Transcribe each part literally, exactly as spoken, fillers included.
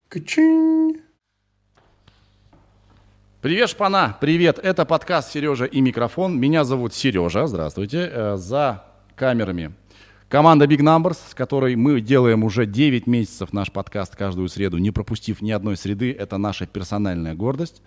Качинь. Привет, шпана! Привет! Это подкаст «Сережа и микрофон». Меня зовут Сережа. Здравствуйте. За камерами команда Big Numbers, с которой мы делаем уже девять месяцев наш подкаст каждую среду, не пропустив ни одной среды. Это наша персональная гордость.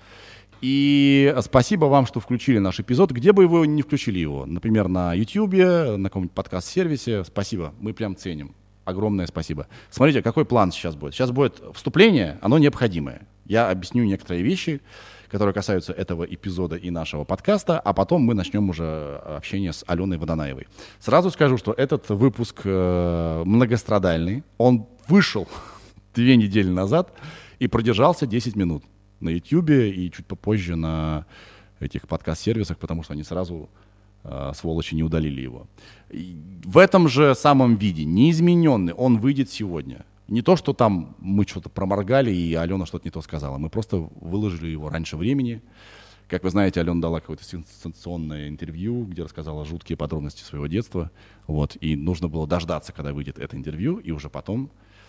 И спасибо вам, что включили наш эпизод. Где бы вы не включили его? Например, на YouTube, на каком-нибудь подкаст-сервисе. Спасибо. Мы прям ценим. Огромное спасибо. Смотрите, какой план сейчас будет. Сейчас будет вступление, оно необходимое. Я объясню некоторые вещи, которые касаются этого эпизода и нашего подкаста, а потом мы начнем уже общение с Аленой Водонаевой. Сразу скажу, что этот выпуск э, многострадальный. Он вышел две недели назад и продержался десять минут на YouTube и чуть попозже на этих подкаст-сервисах, потому что они сразу... сволочи не удалили его. И в этом же самом виде, неизмененный, он выйдет сегодня. Не то, что там мы что-то проморгали, и Алена что-то не то сказала. Мы просто выложили его раньше времени. Как вы знаете, Алена дала какое-то сенсационное интервью, где рассказала жуткие подробности своего детства. Вот. И нужно было дождаться, когда выйдет это интервью, и уже потом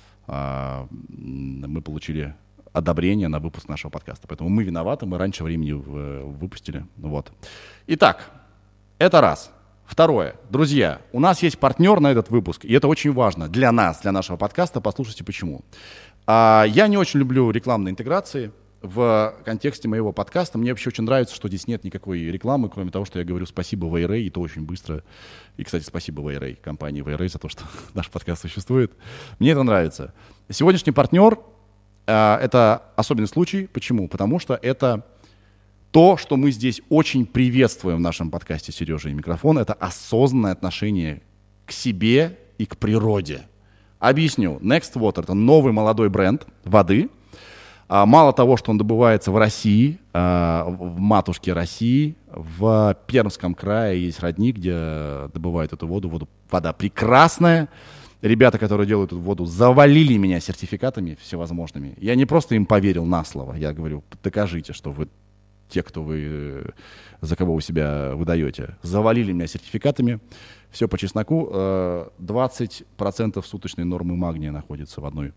а, мы получили одобрение на выпуск нашего подкаста. Поэтому мы виноваты, мы раньше времени выпустили. Вот. Итак, это раз. Второе. Друзья, у нас есть партнер на этот выпуск, и это очень важно для нас, для нашего подкаста. Послушайте, почему. А, я не очень люблю рекламные интеграции в контексте моего подкаста. Мне вообще очень нравится, что здесь нет никакой рекламы, кроме того, что я говорю спасибо Вейрей, и то очень быстро. И, кстати, спасибо Вейрей, компании Вейрей, за то, что наш подкаст существует. Мне это нравится. Сегодняшний партнер а, — это особенный случай. Почему? Потому что это... То, что мы здесь очень приветствуем в нашем подкасте «Сережа и микрофон», это осознанное отношение к себе и к природе. Объясню. Next Water — это новый молодой бренд воды. Мало того, что он добывается в России, в матушке России, в Пермском крае есть родник, где добывают эту воду. воду. Вода прекрасная. Ребята, которые делают эту воду, завалили меня сертификатами всевозможными. Я не просто им поверил на слово. Я говорю, докажите, что вы... те, кто вы, за кого вы себя выдаете, завалили меня сертификатами. Все по чесноку. двадцать процентов суточной нормы магния находится в одной,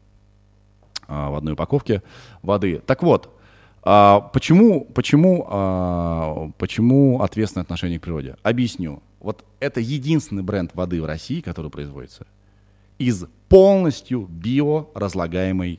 в одной упаковке воды. Так вот, почему, почему, почему ответственное отношение к природе? Объясню. Вот это единственный бренд воды в России, который производится из полностью биоразлагаемой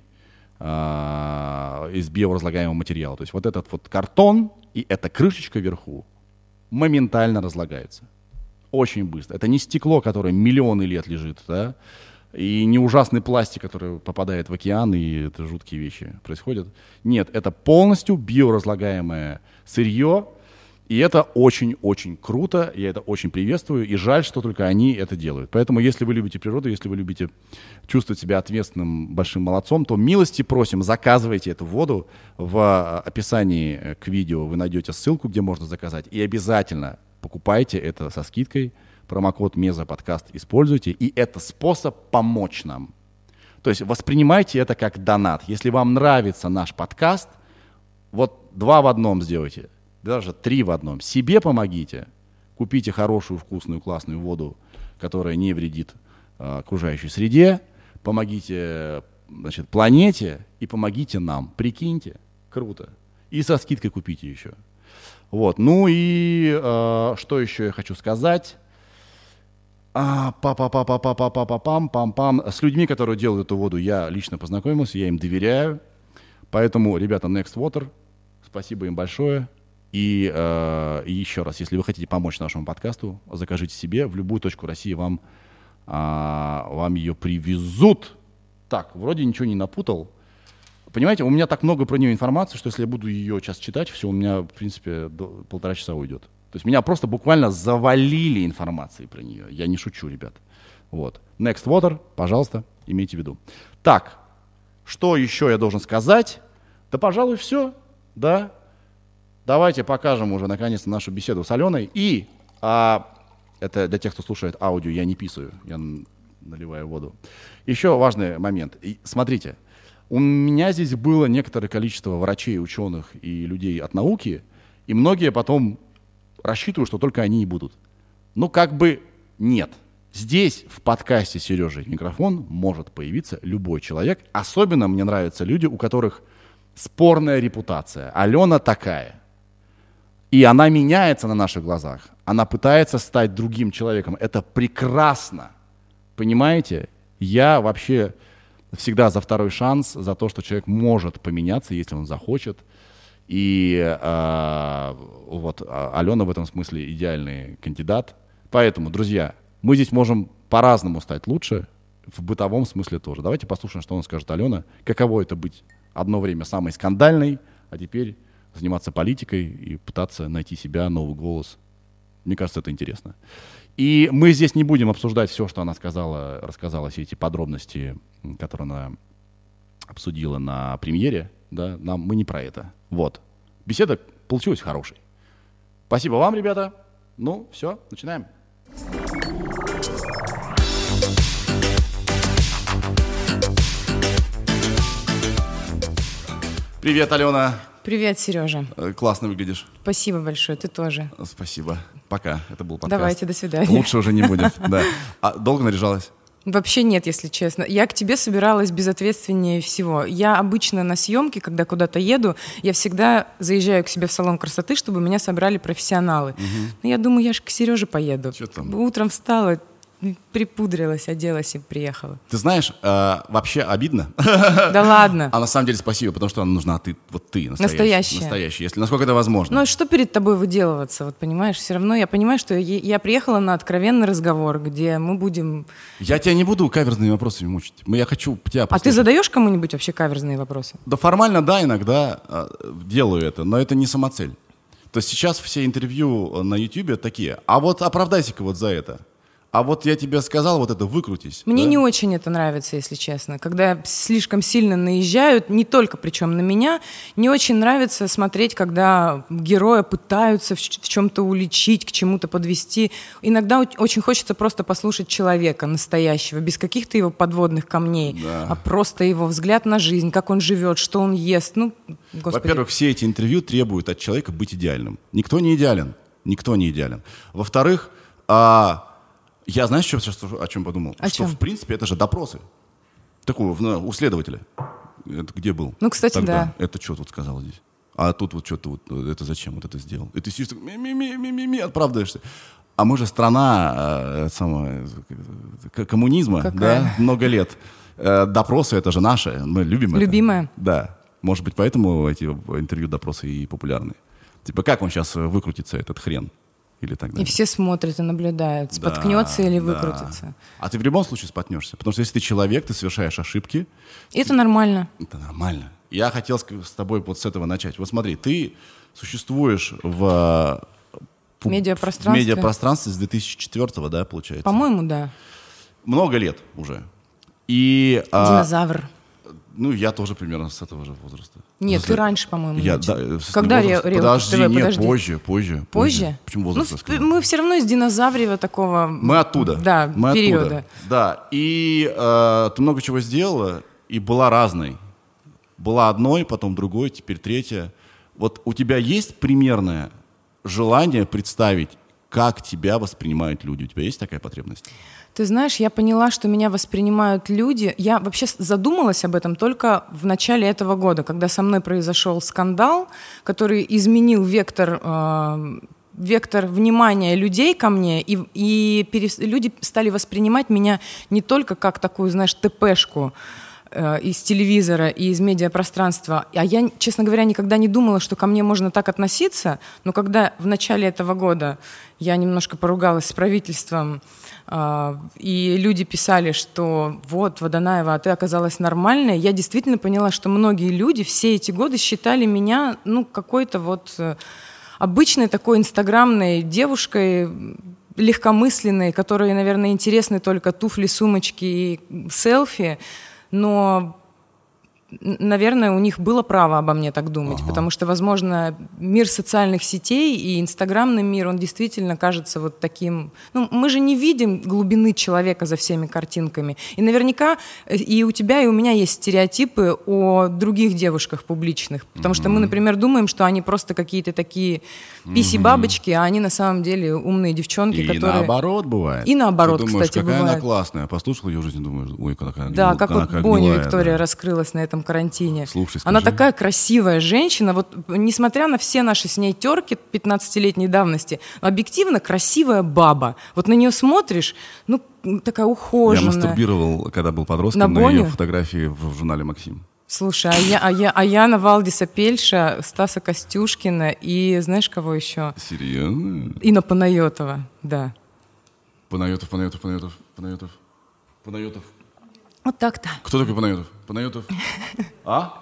из биоразлагаемого материала. То есть вот этот вот картон и эта крышечка вверху моментально разлагается. Очень быстро. Это не стекло, которое миллионы лет лежит, да? И не ужасный пластик, который попадает в океан, и это жуткие вещи происходят. Нет, это полностью биоразлагаемое сырье, и это очень-очень круто, я это очень приветствую, и жаль, что только они это делают. Поэтому, если вы любите природу, если вы любите чувствовать себя ответственным большим молодцом, то милости просим, заказывайте эту воду. В описании к видео вы найдете ссылку, где можно заказать, и обязательно покупайте это со скидкой. Промокод Мезоподкаст используйте, и это способ помочь нам. То есть воспринимайте это как донат. Если вам нравится наш подкаст, вот два в одном сделайте. Даже три в одном. Себе помогите, купите хорошую, вкусную, классную воду, которая не вредит э, окружающей среде, помогите, значит, планете и помогите нам. Прикиньте, круто. И со скидкой купите еще. Вот. Ну и э, что еще я хочу сказать? А, па-па-па-па-па-па-па-пам-пам-пам. С людьми, которые делают эту воду, я лично познакомился, я им доверяю. Поэтому, ребята, Next Water, спасибо им большое. И э, еще раз, если вы хотите помочь нашему подкасту, закажите себе. В любую точку России вам, э, вам ее привезут. Так, вроде ничего не напутал. Понимаете, у меня так много про нее информации, что если я буду ее сейчас читать, все, у меня, в принципе, до, полтора часа уйдет. То есть меня просто буквально завалили информацией про нее. Я не шучу, ребят. Вот. Next Water, пожалуйста, имейте в виду. Так, что еще я должен сказать? Да, пожалуй, все. Да. Давайте покажем уже, наконец-то, нашу беседу с Аленой. И, а, это для тех, кто слушает аудио, я не писаю, я наливаю воду. Еще важный момент. И, смотрите, у меня здесь было некоторое количество врачей, ученых и людей от науки, и многие потом рассчитывают, что только они и будут. Ну, как бы нет. Здесь, в подкасте «Сережа и микрофон» может появиться любой человек. Особенно мне нравятся люди, у которых спорная репутация. Алена такая. И она меняется на наших глазах. Она пытается стать другим человеком. Это прекрасно. Понимаете? Я вообще всегда за второй шанс, за то, что человек может поменяться, если он захочет. И э, вот Алена в этом смысле идеальный кандидат. Поэтому, друзья, мы здесь можем по-разному стать лучше, в бытовом смысле тоже. Давайте послушаем, что он скажет Алена. Каково это быть одно время самой скандальной, а теперь заниматься политикой и пытаться найти себя, новый голос. Мне кажется, это интересно. И мы здесь не будем обсуждать все, что она сказала, рассказала, все эти подробности, которые она обсудила на премьере. Да, нам, мы не про это. Вот. Беседа получилась хорошей. Спасибо вам, ребята. Ну, все, начинаем. Привет, Алена. Привет, Сережа. Классно выглядишь. Спасибо большое, ты тоже. Спасибо. Пока. Это был подкаст. Давайте, до свидания. Лучше уже не будет. Да. А долго наряжалась? Вообще нет, если честно. Я к тебе собиралась безответственнее всего. Я обычно на съемке, когда куда-то еду, я всегда заезжаю к себе в салон красоты, чтобы меня собрали профессионалы. Угу. Но я думаю, я же к Сереже поеду. Что там? Утром встала, припудрилась, оделась и приехала. Ты знаешь, э, вообще обидно. Да ладно. А на самом деле спасибо, потому что она нужна, ты, вот ты настоящая. Настоящая. Настоящая, если насколько это возможно. Ну что перед тобой выделываться, вот понимаешь? Все равно я понимаю, что я, я приехала на откровенный разговор, где мы будем... Я тебя не буду каверзными вопросами мучить. Я хочу тебя послушать. А ты задаешь кому-нибудь вообще каверзные вопросы? Да формально, да, иногда э, делаю это, но это не самоцель. То есть сейчас все интервью на Ютубе такие, а вот оправдайся-ка вот за это. А вот я тебе сказал, вот это выкрутись. Мне да? не очень это нравится, если честно. Когда слишком сильно наезжают, не только причем на меня, не очень нравится смотреть, когда героя пытаются в чем-то уличить, к чему-то подвести. Иногда очень хочется просто послушать человека настоящего, без каких-то его подводных камней, да. А просто его взгляд на жизнь, как он живет, что он ест. Ну, во-первых, все эти интервью требуют от человека быть идеальным. Никто не идеален. Никто не идеален. Во-вторых, а... Я, знаешь, что, что, о чем подумал? О что, чем? в принципе, это же допросы. Такого, ну, у следователя. Это где был? Ну, кстати, тогда? да. Это что тут сказал здесь? А тут вот что-то вот, это зачем вот это сделал? И ты сидишь, так, ми-ми-ми-ми-ми, оправдываешься. А мы же страна э, самое, коммунизма, Какая? Да, много лет. Э, допросы — это же наше, мы любим это. Любимое? Да. Может быть, поэтому эти интервью-допросы и популярны. Типа, как он сейчас выкрутится, этот хрен? Или так далее. И все смотрят и наблюдают, споткнется да, или выкрутится. Да. А ты в любом случае споткнешься, потому что если ты человек, ты совершаешь ошибки. Это ты... нормально. Это нормально. Я хотел с тобой вот с этого начать. Вот смотри, ты существуешь в, в медиапространстве. в медиапространстве с две тысячи четвёртого, да, получается? По-моему, да. Много лет уже. И, Динозавр. А... Ну, я тоже примерно с этого же возраста. Нет, Возраста. ты раньше, по-моему, я, начал. Да, Когда возраст... Ре- Подожди, ТВ, нет, подожди. позже, позже. Позже? Почему возраст? Ну, мы все равно из динозаврьего такого... Мы оттуда. Да, мы периода. Оттуда. Да, и э, ты много чего сделала, и была разной. Была одной, потом другой, теперь третья. Вот у тебя есть примерное желание представить, как тебя воспринимают люди? У тебя есть такая потребность? Ты знаешь, я поняла, что меня воспринимают люди. Я вообще задумалась об этом только в начале этого года, когда со мной произошел скандал, который изменил вектор, э, вектор внимания людей ко мне, и, и перес... люди стали воспринимать меня не только как такую, знаешь, ТПшку э, из телевизора и из медиапространства. А я, честно говоря, никогда не думала, что ко мне можно так относиться, но когда в начале этого года я немножко поругалась с правительством, и люди писали, что вот, Водонаева, а ты оказалась нормальной. Я действительно поняла, что многие люди все эти годы считали меня, ну, какой-то вот обычной такой инстаграмной девушкой, легкомысленной, которой, наверное, интересны только туфли, сумочки и селфи. Но наверное, у них было право обо мне так думать, ага. потому что, возможно, мир социальных сетей и инстаграмный мир, он действительно кажется вот таким... Ну, мы же не видим глубины человека за всеми картинками. И наверняка и у тебя, и у меня есть стереотипы о других девушках публичных, потому mm-hmm. что мы, например, думаем, что они просто какие-то такие писи-бабочки, mm-hmm. а они на самом деле умные девчонки, и которые... И наоборот бывает. И наоборот, ты думаешь, кстати, какая бывает. Она классная. Послушал ее жизнь, думаешь, ой, какая Да, гнил, как она вот как Бонни гнилая, Виктория да. раскрылась на этом карантине. Слушай, она скажи. такая красивая женщина, вот несмотря на все наши с ней терки пятнадцатилетней давности, объективно красивая баба. Вот на нее смотришь, ну, такая ухоженная. Я мастурбировал, когда был подростком, на, на ее фотографии в, в журнале «Максим». Слушай, а я, а я, а я на Валдиса Пельша, Стаса Костюшкина и знаешь, кого еще? Серьезно? Инна Панайотова, да. Панайотов, Панайотов, Панайотов, Панайотов, Панайотов. Вот так-то. Кто такой Панайотов? Панайотов? А?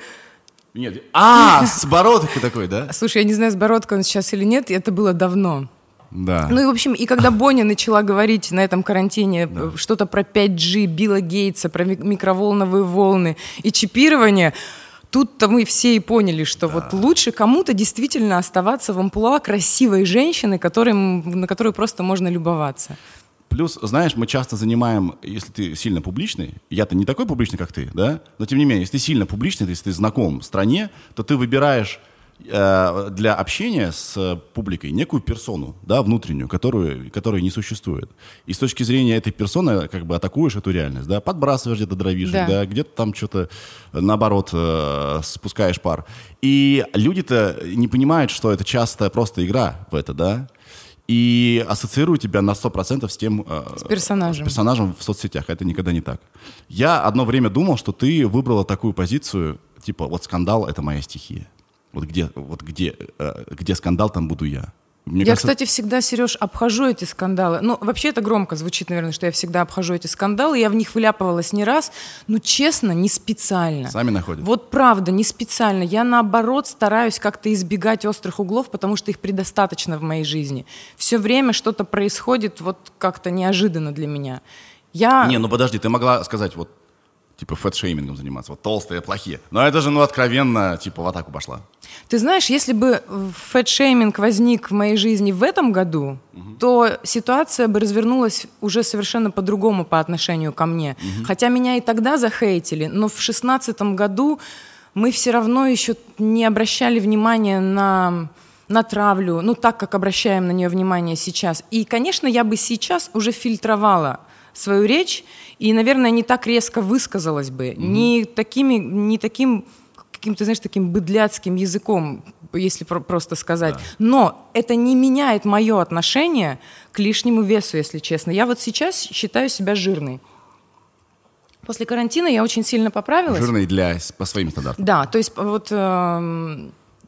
Нет. А, с бородкой такой, да? Слушай, я не знаю, с бородкой он сейчас или нет, это было давно. Да. Ну и, в общем, и когда Бонни начала говорить на этом карантине да. что-то про пять джи, Билла Гейтса, про микроволновые волны и чипирование, тут-то мы все и поняли, что да. вот лучше кому-то действительно оставаться в амплуа красивой женщины, которой, на которую просто можно любоваться. Плюс, знаешь, мы часто занимаем, если ты сильно публичный, я-то не такой публичный, как ты, да, но тем не менее, если ты сильно публичный, если ты знаком в стране, то ты выбираешь э, для общения с публикой некую персону, да, внутреннюю, которую, которая не существует. И с точки зрения этой персоны, как бы атакуешь эту реальность, да, подбрасываешь где-то дровишек, да. да, где-то там что-то, наоборот, э, спускаешь пар. И люди-то не понимают, что это часто просто игра в это, да, и ассоциирую тебя на сто процентов с тем э, с персонажем. с персонажем в соцсетях. Это никогда не так. Я одно время думал, что ты выбрала такую позицию, типа, вот скандал — это моя стихия. Вот где, вот где, э, где скандал, там буду я. Мне я, кажется... кстати, всегда, Сереж, обхожу эти скандалы. Ну, вообще это громко звучит, наверное, что я всегда обхожу эти скандалы. Я в них вляпывалась не раз, но, честно, не специально. Сами находят. Вот правда, не специально. Я, наоборот, стараюсь как-то избегать острых углов, потому что их предостаточно в моей жизни. Все время что-то происходит вот как-то неожиданно для меня. Я... Не, ну подожди, ты могла сказать, вот, типа, фэт-шеймингом заниматься, вот толстые, плохие. Но это же, ну, откровенно, типа, в атаку пошла. Ты знаешь, если бы фэт-шейминг возник в моей жизни в этом году, угу. то ситуация бы развернулась уже совершенно по-другому по отношению ко мне. Угу. Хотя меня и тогда захейтили, но в шестнадцатом году мы все равно еще не обращали внимания на, на травлю, ну так, как обращаем на нее внимание сейчас. И, конечно, я бы сейчас уже фильтровала свою речь и, наверное, не так резко высказалась бы, угу. не такими, не таким... каким-то, знаешь, таким быдляцким языком, если про- просто сказать. Да. Но это не меняет мое отношение к лишнему весу, если честно. Я вот сейчас считаю себя жирной. После карантина я очень сильно поправилась. Жирной для, по своим стандартам. Да, то есть вот, э,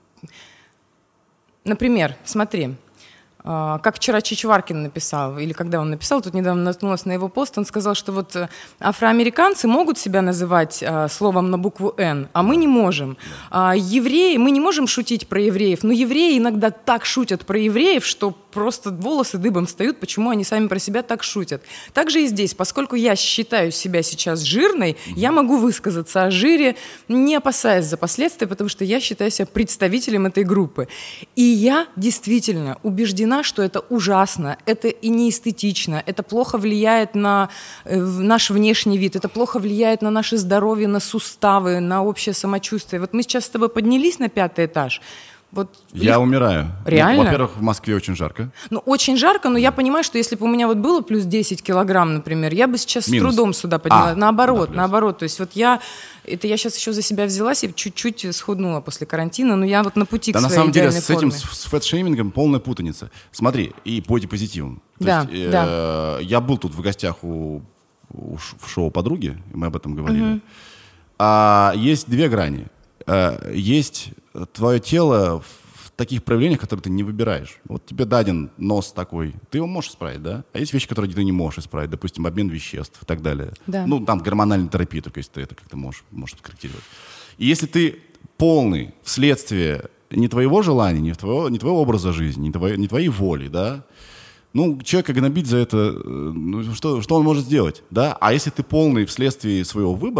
например, смотри, Uh, как вчера Чичваркин написал, или когда он написал, тут недавно наткнулась на его пост, он сказал, что вот афроамериканцы могут себя называть uh, словом на букву «Н», а мы не можем. Uh, евреи, мы не можем шутить про евреев, но евреи иногда так шутят про евреев, что просто волосы дыбом встают, почему они сами про себя так шутят. Так же и здесь, поскольку я считаю себя сейчас жирной, mm-hmm. я могу высказаться о жире, не опасаясь за последствия, потому что я считаю себя представителем этой группы. И я действительно убеждена, что это ужасно, это и неэстетично, это плохо влияет на э, наш внешний вид, это плохо влияет на наше здоровье, на суставы, на общее самочувствие. Вот мы сейчас с тобой поднялись на пятый этаж. Вот я легко... умираю. Реально? Ну, во-первых, в Москве очень жарко. Ну, очень жарко, но я понимаю, что если бы у меня вот было плюс десять килограмм, например, я бы сейчас Минус. с трудом сюда поднялась. А, наоборот, да, наоборот. То есть вот я, это я сейчас еще за себя взялась и чуть-чуть схуднула после карантина, но я вот на пути да, к своей на самом деле, идеальной с этим, форме. с, с фэт-шеймингом полная путаница. Смотри, и бодипозитивом. Да, есть, да. Э, я был тут в гостях у, у в шоу «Подруги», мы об этом говорили. Угу. А, есть две грани. А, есть твое тело в таких проявлениях, которые ты не выбираешь. Вот тебе даден нос такой, ты его можешь исправить, да? А есть вещи, которые ты не можешь исправить, допустим, обмен веществ и так далее. Да. Ну, там гормональная терапия, только если ты это как-то можешь, можешь откорректировать. И если ты полный вследствие не твоего желания, не твоего, не твоего образа жизни, не твоей, не твоей воли, да, ну, человека гнобить за это, ну, что, что он может сделать, да? А если ты полный вследствие своего выбора,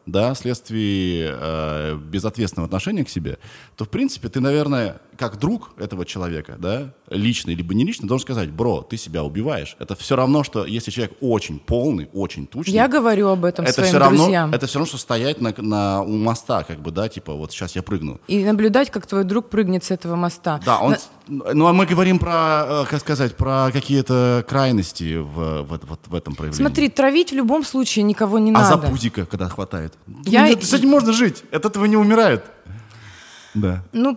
да, вследствие э, безответственного отношения к себе, то, в принципе, ты, наверное, как друг этого человека, да, лично либо не лично, должен сказать: бро, ты себя убиваешь. Это все равно, что если человек очень полный, очень тучный... Я говорю об этом это своим все равно, друзьям. Это все равно, что стоять на, на, у моста, как бы, да, типа, вот сейчас я прыгну. И наблюдать, как твой друг прыгнет с этого моста. Да, он... На... Ну, а мы говорим про, как сказать, про какие-то крайности в, в, в, в этом проявлении. Смотри, травить в любом случае никого не а надо. А за пузико, когда хватает? Я... Ну, с этим можно жить, от этого не умирают. Да. Ну,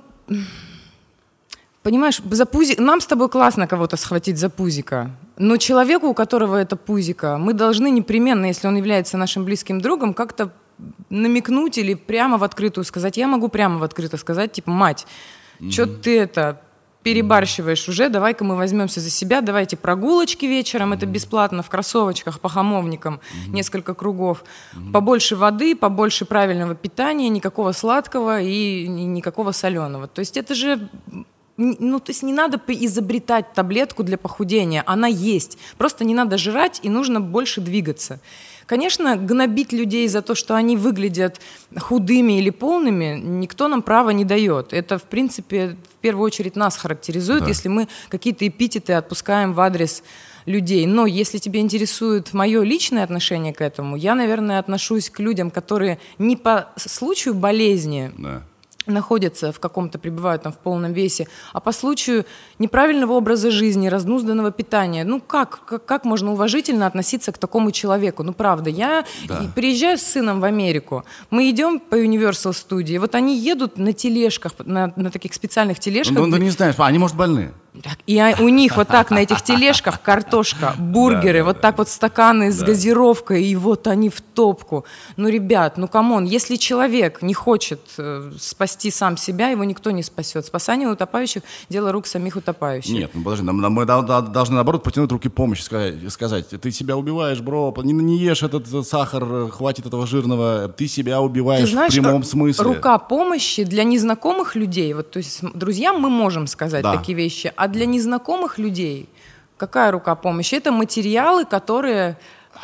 понимаешь, за пузик... нам с тобой классно кого-то схватить за пузико, но человеку, у которого это пузико, мы должны непременно, если он является нашим близким другом, как-то намекнуть или прямо в открытую сказать. Я могу прямо в открытую сказать, типа: мать, mm-hmm. что ты это... перебарщиваешь уже, давай-ка мы возьмемся за себя, давайте прогулочки вечером, mm-hmm. это бесплатно, в кроссовочках по хамовникам, mm-hmm. несколько кругов, mm-hmm. побольше воды, побольше правильного питания, никакого сладкого и никакого соленого. То есть это же, ну, то есть не надо изобретать таблетку для похудения, она есть, просто не надо жрать и нужно больше двигаться. Конечно, гнобить людей за то, что они выглядят худыми или полными, никто нам права не дает. Это, в принципе, в первую очередь нас характеризует, да. если мы какие-то эпитеты отпускаем в адрес людей. Но если тебя интересует мое личное отношение к этому, я, наверное, отношусь к людям, которые не по случаю болезни, да. находятся в каком-то, пребывают там в полном весе, а по случаю неправильного образа жизни, разнузданного питания. Ну как, как, как можно уважительно относиться к такому человеку? Ну правда, я да. приезжаю с сыном в Америку, мы идем по Universal Studio, вот они едут на тележках, на, на таких специальных тележках. Ну, ну не знаешь, они, может, больны. И у них вот так на этих тележках картошка, бургеры, да, да, вот так вот стаканы с да. газировкой, и вот они в топку. Ну, ребят, ну камон, если человек не хочет э, спасти сам себя, его никто не спасет. Спасание утопающих – дело рук самих утопающих. Нет, ну подожди, мы должны, наоборот, протянуть руки помощи, сказать, сказать: ты себя убиваешь, бро, не, не ешь этот сахар, хватит этого жирного, ты себя убиваешь, ты знаешь, в прямом смысле. Рука помощи для незнакомых людей, вот, то есть друзьям мы можем сказать да. такие вещи, а для незнакомых людей какая рука помощи? Это материалы, которые,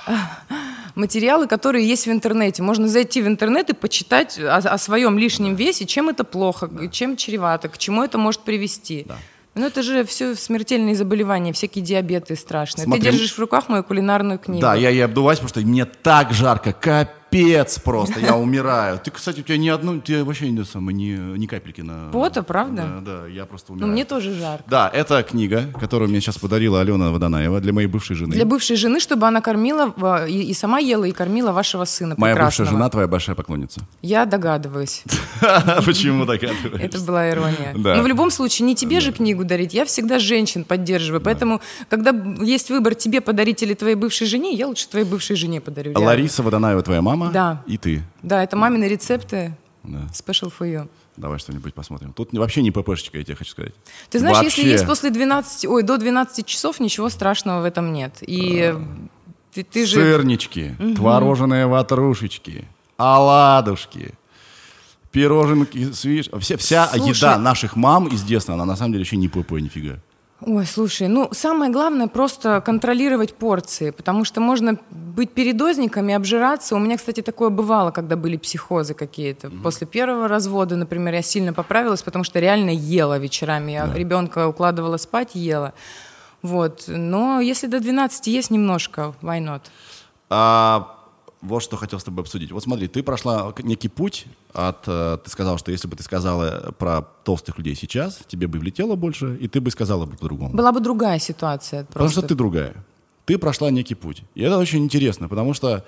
материалы, которые есть в интернете. Можно зайти в интернет и почитать о, о своем лишнем весе, чем это плохо, да. чем чревато, к чему это может привести. Да. Ну это же все смертельные заболевания, всякие диабеты страшные. Смотри, ты держишь в руках мою кулинарную книгу. Да, я ей обдуваюсь, потому что мне так жарко, капец просто, я умираю. Ты, кстати, у тебя ни одной, ты вообще не, самое, ни, ни капельки на... Пота, правда? Да, да, я просто умираю. Ну мне тоже жарко. Да, это книга, которую мне сейчас подарила Алена Водонаева для моей бывшей жены. Для бывшей жены, чтобы она кормила, и, и сама ела, и кормила вашего сына Моя прекрасного. бывшая жена твоя большая поклонница. Я догадываюсь. Почему догадываешься? Это была ирония. Но в любом случае, не тебе же книгу дарить, я всегда женщин поддерживаю, поэтому, когда есть выбор тебе подарить или твоей бывшей жене, я лучше твоей бывшей жене подарю. Лариса Водонаева твоя мама? Да. И ты? Да, это мамины рецепты. Да. Special for you. Давай что-нибудь посмотрим. Тут вообще не ППшечка, я тебе хочу сказать. Ты знаешь, вообще. Если есть после двенадцати, ой, до двенадцати часов, ничего страшного в этом нет. И а, ты, ты же... Сырнички, угу. творожные ватрушечки, оладушки, пироженки, свиш... Вся, вся еда наших мам из детства, она на самом деле еще не ПП, нифига. Ой, слушай, ну самое главное просто контролировать порции, потому что можно быть передозниками, обжираться. У меня, кстати, такое бывало, когда были психозы какие-то. Mm-hmm. После первого развода, например, я сильно поправилась, потому что реально ела вечерами. Я да. ребенка укладывала спать, ела. Вот. Но если до двенадцати есть немножко, why not? А... Вот что хотел с тобой обсудить. Вот смотри, ты прошла некий путь от... Ты сказала, что если бы ты сказала про толстых людей сейчас, тебе бы влетело больше, и ты бы сказала бы по-другому. Была бы другая ситуация. Просто. Потому что ты другая. Ты прошла некий путь. И это очень интересно, потому что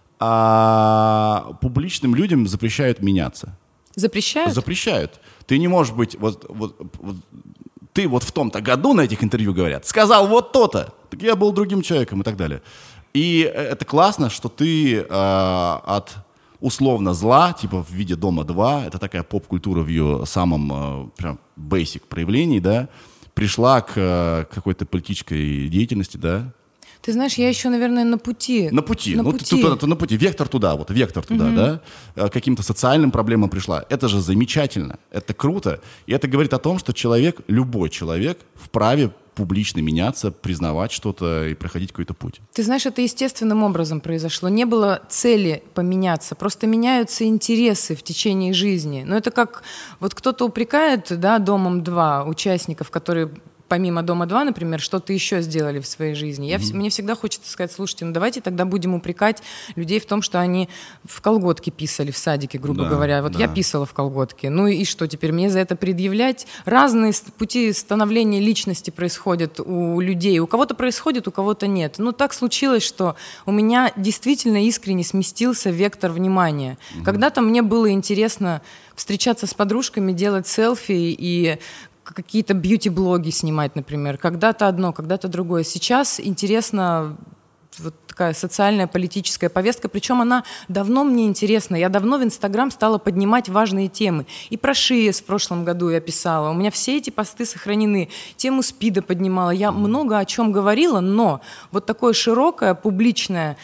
а, публичным людям запрещают меняться. Запрещают? Запрещают. Ты не можешь быть... Вот, вот, вот, ты вот в том-то году на этих интервью говорят, сказал вот то-то, так я был другим человеком и так далее. И это классно, что ты э, от условно зла, типа в виде «Дома два», это такая поп-культура в ее самом э, прям basic проявлении, да, пришла к э, какой-то политической деятельности, да. Ты знаешь, я еще, наверное, на пути. На пути, на ну пути. Ты, ты, ты на пути, вектор туда, вот вектор туда, угу. да, э, каким-то социальным проблемам пришла. Это же замечательно, это круто, и это говорит о том, что человек, любой человек вправе публично меняться, признавать что-то и проходить какой-то путь? Ты знаешь, это естественным образом произошло. Не было цели поменяться, просто меняются интересы в течение жизни. Но это как вот кто-то упрекает, да, «Домом-два» участников, которые помимо «Дома-два», например, что-то еще сделали в своей жизни. Я, mm-hmm. Мне всегда хочется сказать: слушайте, ну давайте тогда будем упрекать людей в том, что они в колготки писали в садике, грубо да, говоря. Вот да. Я писала в колготке. Ну и что теперь? Мне за это предъявлять? Разные пути становления личности происходят у людей. У кого-то происходит, у кого-то нет. Ну так случилось, что у меня действительно искренне сместился вектор внимания. Mm-hmm. Когда-то мне было интересно встречаться с подружками, делать селфи и какие-то бьюти-блоги снимать, например. Когда-то одно, когда-то другое. Сейчас интересна вот такая социальная, политическая повестка, причем она давно мне интересна. Я давно в Инстаграм стала поднимать важные темы. И про ШИЭС в прошлом году я писала. У меня все эти посты сохранены. Тему СПИДа поднимала. Я много о чем говорила, но вот такое широкое, публичное...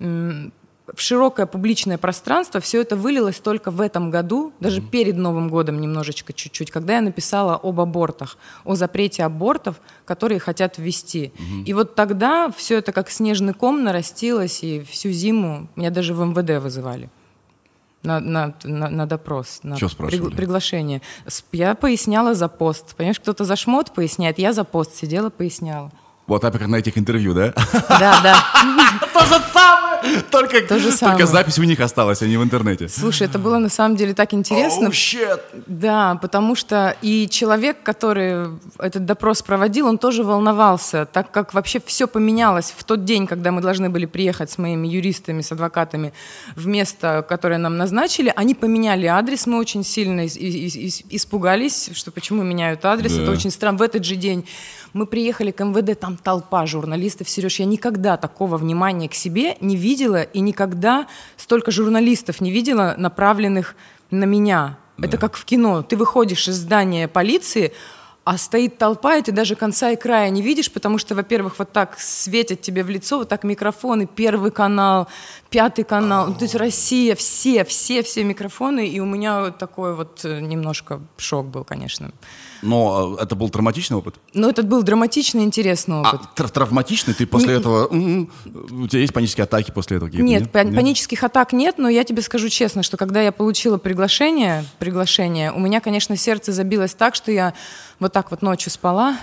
в широкое публичное пространство все это вылилось только в этом году, даже mm-hmm. перед Новым годом немножечко, чуть-чуть, когда я написала об абортах, о запрете абортов, которые хотят ввести. Mm-hmm. И вот тогда все это как снежный ком нарастилось, и всю зиму меня даже в эм вэ дэ вызывали на, на, на, на допрос, на пригла- приглашение. Я поясняла за пост. Понимаешь, кто-то за шмот поясняет, я за пост сидела, поясняла. Вот так как на этих интервью, да? Да, да. То же самое! Только, То же самое. Только запись у них осталась, а не в интернете. Слушай, это было на самом деле так интересно. Oh, shit. Да, потому что и человек, который этот допрос проводил, он тоже волновался, так как вообще все поменялось в тот день, когда мы должны были приехать с моими юристами, с адвокатами в место, которое нам назначили. Они поменяли адрес, мы очень сильно испугались, что почему меняют адрес. Да. Это очень странно. В этот же день мы приехали к эм вэ дэ, там толпа журналистов. Сереж, я никогда такого внимания к себе не видела и никогда столько журналистов не видела, направленных на меня. Да. Это как в кино. Ты выходишь из здания полиции, а стоит толпа, и ты даже конца и края не видишь, потому что, во-первых, вот так светят тебе в лицо, вот так микрофоны, Первый канал, Пятый канал, oh. то есть Россия, все, все, все микрофоны, и у меня вот такой вот немножко шок был, конечно. Но это был травматичный опыт? Ну, это был драматичный, интересный опыт. А тр- травматичный? Ты после не... этого... У тебя есть панические атаки после этого? Нет, нет? Пан- нет, панических атак нет, но я тебе скажу честно, что когда я получила приглашение, приглашение, у меня, конечно, сердце забилось так, что я вот так вот ночью спала.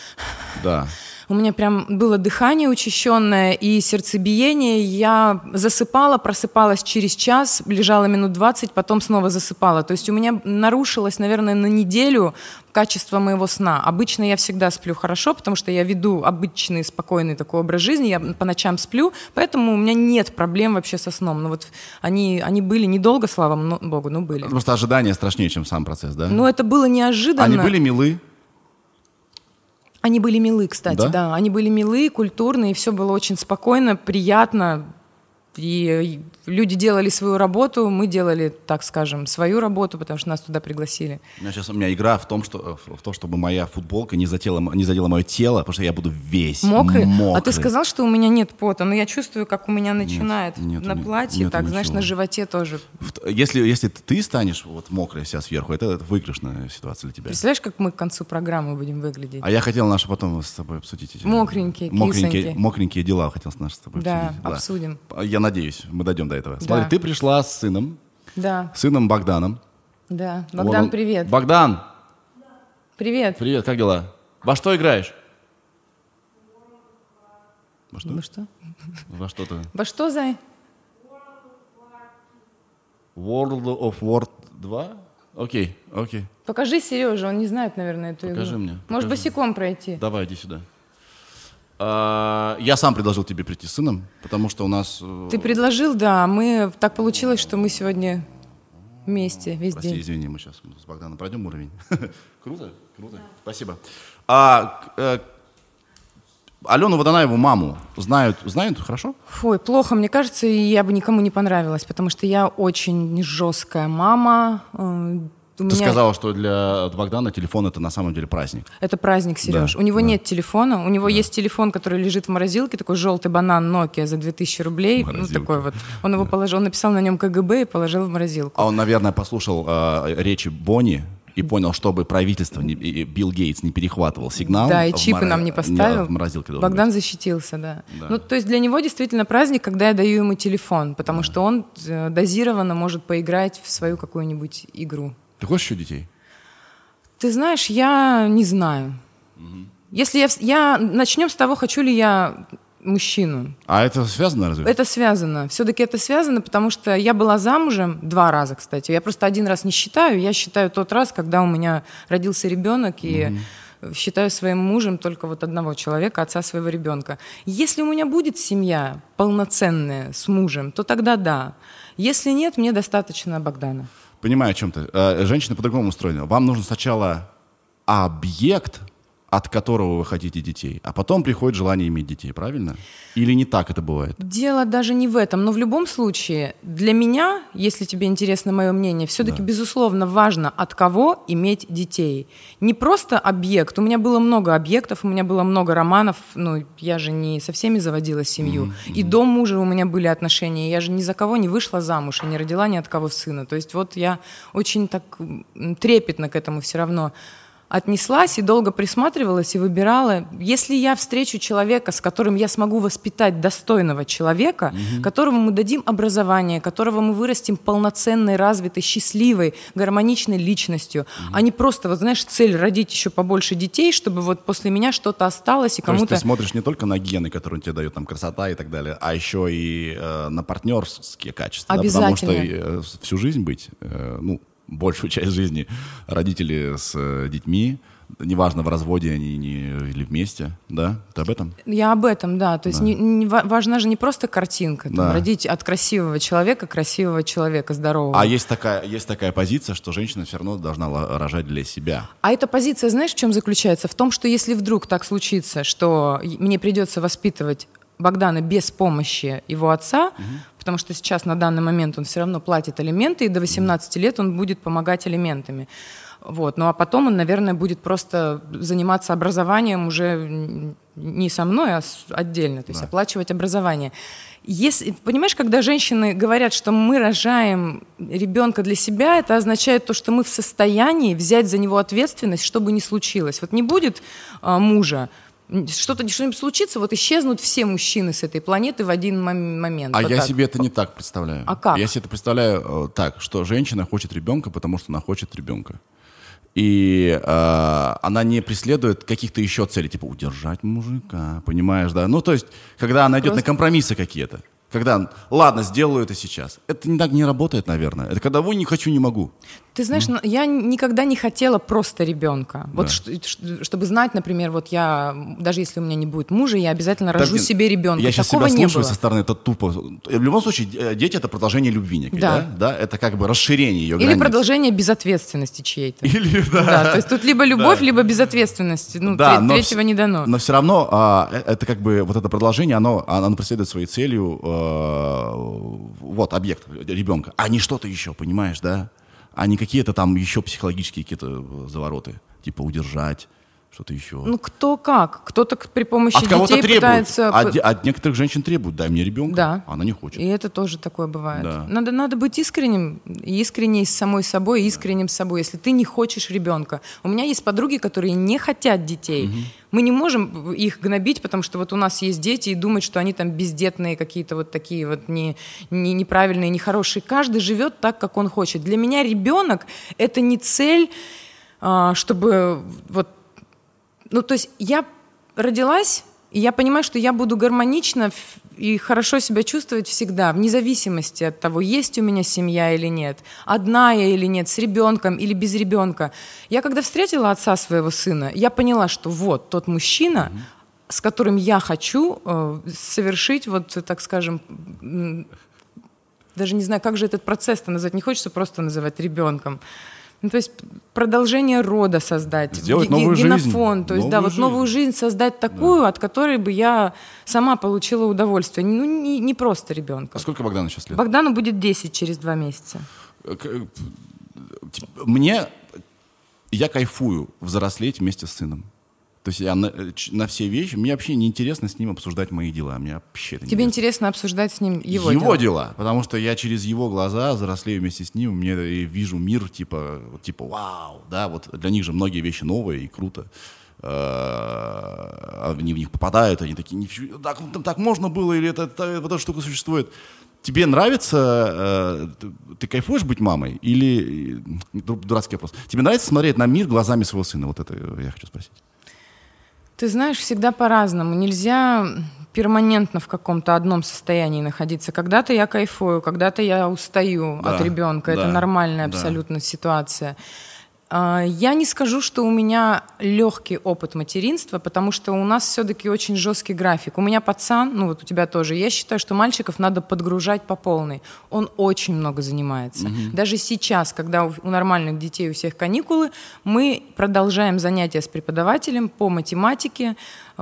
Да. У меня прям было дыхание учащенное и сердцебиение. Я засыпала, просыпалась через час, лежала минут двадцать, потом снова засыпала. То есть у меня нарушилось, наверное, на неделю качество моего сна. Обычно я всегда сплю хорошо, потому что я веду обычный, спокойный такой образ жизни. Я по ночам сплю, поэтому у меня нет проблем вообще со сном. Но вот они, они были недолго, слава богу, но были. Просто ожидание страшнее, чем сам процесс, да? Ну, это было неожиданно. Они были милы? Они были милы, кстати, да? да. Они были милы, культурные, все было очень спокойно, приятно. И люди делали свою работу, мы делали, так скажем, свою работу, потому что нас туда пригласили. У меня сейчас у меня игра в том, что, в том, чтобы моя футболка не задела, не задела мое тело, потому что я буду весь мокрый. мокрый. А ты сказал, что у меня нет пота, но я чувствую, как у меня начинает нет, на платье, нет, так, знаешь, на животе тоже. Если, если ты станешь вот мокрая вся сверху, это, это выигрышная ситуация для тебя. Представляешь, как мы к концу программы будем выглядеть? А я хотел наши потом с тобой обсудить эти мокренькие, мокренькие, мокренькие дела, хотел с наши с тобой да, обсудить. Да, обсудим. Я надеюсь, мы дойдем до этого. Да. Смотри, ты пришла с сыном, да. сыном Богданом. Да, Богдан, вот привет. Богдан. Привет. Привет, как дела? Во что играешь? Во что? Во что? Во что-то. Во что, Зай? World of War два? Окей, окей. Покажи Сереже, он не знает, наверное, эту покажи игру. Мне, покажи Может, мне. босиком пройти? Давай, иди сюда. Я сам предложил тебе прийти с сыном, потому что у нас... Ты предложил, да. Мы так получилось, что мы сегодня вместе весь Прости, день. извини, мы сейчас с Богданом пройдем уровень. Круто, круто. Спасибо. А, э, Алену Водонаеву, маму, знают, знают хорошо? Ой, плохо, мне кажется, и я бы никому не понравилась, потому что я очень жесткая мама. У Ты меня... сказала, что для Богдана телефон — это на самом деле праздник. Это праздник, Сереж. Да, у него да. нет телефона. У него да. есть телефон, который лежит в морозилке, такой желтый банан Nokia за две тысячи рублей. Ну, такой вот. Он его да. положил, он написал на нем ка гэ бэ и положил в морозилку. А он, наверное, послушал э, речи Бонни и понял, чтобы правительство, не, и Билл Гейтс не перехватывал сигнал. Да, и чипы мора... нам не поставил. Не, в морозилке Богдан быть. защитился, да. да. Ну, то есть для него действительно праздник, когда я даю ему телефон, потому да. что он дозированно может поиграть в свою какую-нибудь игру. Ты хочешь еще детей? Ты знаешь, я не знаю. Угу. Если я, я... Начнем с того, хочу ли я мужчину. А это связано разве? Это связано. Все-таки это связано, потому что я была замужем два раза, кстати. Я просто один раз не считаю. Я считаю тот раз, когда у меня родился ребенок, и угу. считаю своим мужем только вот одного человека, отца своего ребенка. Если у меня будет семья полноценная с мужем, то тогда да. Если нет, мне достаточно Богдана. Понимаю, о чем ты. Женщина по-другому устроена. Вам нужен сначала объект, от которого вы хотите детей, а потом приходит желание иметь детей, правильно? Или не так это бывает? Дело даже не в этом, но в любом случае для меня, если тебе интересно мое мнение, все-таки да. безусловно важно, от кого иметь детей. Не просто объект. У меня было много объектов, у меня было много романов, ну, я же не со всеми заводила семью. Mm-hmm. И до мужа у меня были отношения, я же ни за кого не вышла замуж и не родила ни от кого сына. То есть вот я очень так трепетно к этому все равно отнеслась и долго присматривалась и выбирала. Если я встречу человека, с которым я смогу воспитать достойного человека, угу. которому мы дадим образование, которого мы вырастим полноценной, развитой, счастливой, гармоничной личностью, угу. а не просто, вот знаешь, цель родить еще побольше детей, чтобы вот после меня что-то осталось и кому-то... То есть ты смотришь не только на гены, которые он тебе дает, там, красота и так далее, а еще и э, на партнерские качества. Обязательно. Да, потому что э, всю жизнь быть, э, ну, большую часть жизни родители с э, детьми, неважно, в разводе они не, или вместе, да? Ты об этом? Я об этом, да. То есть да. не, не, важна же не просто картинка, там, да. родить от красивого человека красивого человека, здорового. А есть такая, есть такая позиция, что женщина все равно должна рожать для себя. А эта позиция, знаешь, в чем заключается? В том, что если вдруг так случится, что мне придется воспитывать Богдана без помощи его отца, угу. потому что сейчас на данный момент он все равно платит алименты, и до восемнадцати лет он будет помогать алиментами. Вот. Ну а потом он, наверное, будет просто заниматься образованием уже не со мной, а отдельно, то есть да. оплачивать образование. Если, понимаешь, когда женщины говорят, что мы рожаем ребенка для себя, это означает то, что мы в состоянии взять за него ответственность, что бы ни случилось. Вот не будет а, мужа, что-то что-нибудь случится, вот исчезнут все мужчины с этой планеты в один момент. А вот я так. себе это не так представляю. А как? Я себе это представляю э, так, что женщина хочет ребенка, потому что она хочет ребенка. И э, она не преследует каких-то еще целей, типа удержать мужика, понимаешь, да? Ну, то есть, когда она идет Просто... на компромиссы какие-то. Когда, ладно, сделаю это сейчас. Это не так не работает, наверное. Это когда вы не хочу, не могу. Ты знаешь, mm. я никогда не хотела просто ребенка. Вот да. что, чтобы знать, например, вот я, даже если у меня не будет мужа, я обязательно рожу так, себе ребенка. Я сейчас Такого себя слушаю не было. Со стороны, это тупо. В любом случае, дети — это продолжение любви некой, да. Да? Да? Это как бы расширение ее Или границ. продолжение безответственности чьей-то. Или, да. да. То есть тут либо любовь, да. либо безответственность. Ну, да, треть, третьего в... не дано. Но все равно а, это как бы, вот это продолжение, оно, оно преследует своей целью а, вот, объект ребенка, а не что-то еще, понимаешь, да? А не какие-то там еще психологические какие-то завороты, типа удержать, что-то еще. Ну, кто как. Кто-то при помощи от кого-то детей требует. пытается... От, от некоторых женщин требуют, дай мне ребенка, да. она не хочет. И это тоже такое бывает. Да. Надо, надо быть искренним, искренней с самой собой, искренним с собой, если ты не хочешь ребенка. У меня есть подруги, которые не хотят детей. Угу. Мы не можем их гнобить, потому что вот у нас есть дети, и думать, что они там бездетные, какие-то вот такие вот не, не, неправильные, нехорошие. Каждый живет так, как он хочет. Для меня ребенок — это не цель, чтобы вот... Ну, то есть я родилась, и я понимаю, что я буду гармонично и хорошо себя чувствовать всегда, вне зависимости от того, есть у меня семья или нет, одна я или нет, с ребенком или без ребенка. Я когда встретила отца своего сына, я поняла, что вот тот мужчина, mm-hmm. с которым я хочу э, совершить, вот, так скажем, даже не знаю, как же этот процесс-то назвать, не хочется просто называть ребенком. Ну, то есть продолжение рода создать, сделать г- новую генофон, жизнь. то есть новую да, вот жизнь. новую жизнь создать такую, да. от которой бы я сама получила удовольствие. Ну, не, не просто ребенка. А сколько Богдану сейчас лет? Богдану будет десять через два месяца. Мне, я кайфую взрослеть вместе с сыном. То есть я на, на все вещи, мне вообще не интересно с ним обсуждать мои дела. Мне вообще это Тебе не интересно обсуждать с ним его, его дела? дела, потому что я через его глаза взрослею вместе с ним, мне и вижу мир типа, типа вау, да, вот для них же многие вещи новые и круто. Они в них попадают, они такие, так, так можно было, или это, это, эта штука существует. Тебе нравится, ты, ты кайфуешь быть мамой? Или, дурацкий вопрос, тебе нравится смотреть на мир глазами своего сына? Вот это я хочу спросить. Ты знаешь, всегда по-разному. Нельзя перманентно в каком-то одном состоянии находиться. Когда-то я кайфую, когда-то я устаю да, от ребенка. Да, это нормальная абсолютно да. ситуация. Я не скажу, что у меня легкий опыт материнства, потому что у нас все-таки очень жесткий график. У меня пацан, ну вот у тебя тоже. Я считаю, что мальчиков надо подгружать по полной. Он очень много занимается. Mm-hmm. Даже сейчас, когда у, у нормальных детей у всех каникулы, мы продолжаем занятия с преподавателем по математике.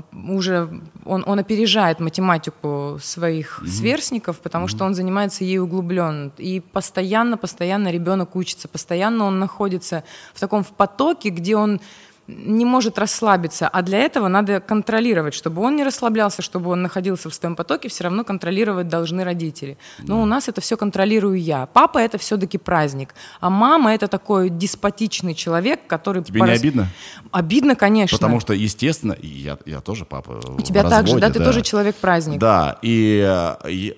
Уже он, он опережает математику своих mm-hmm. сверстников, потому mm-hmm. что он занимается ей углубленно. И постоянно, постоянно ребенок учится, постоянно он находится в таком в потоке, где он не может расслабиться, а для этого надо контролировать, чтобы он не расслаблялся, чтобы он находился в своем потоке, все равно контролировать должны родители. Но да. у нас это все контролирую я. Папа — это все-таки праздник, а мама — это такой деспотичный человек, который... Тебе порас... не обидно? Обидно, конечно. Потому что, естественно, я, я тоже папа. У тебя так же, да? Ты да. тоже человек-праздник. Да, и, и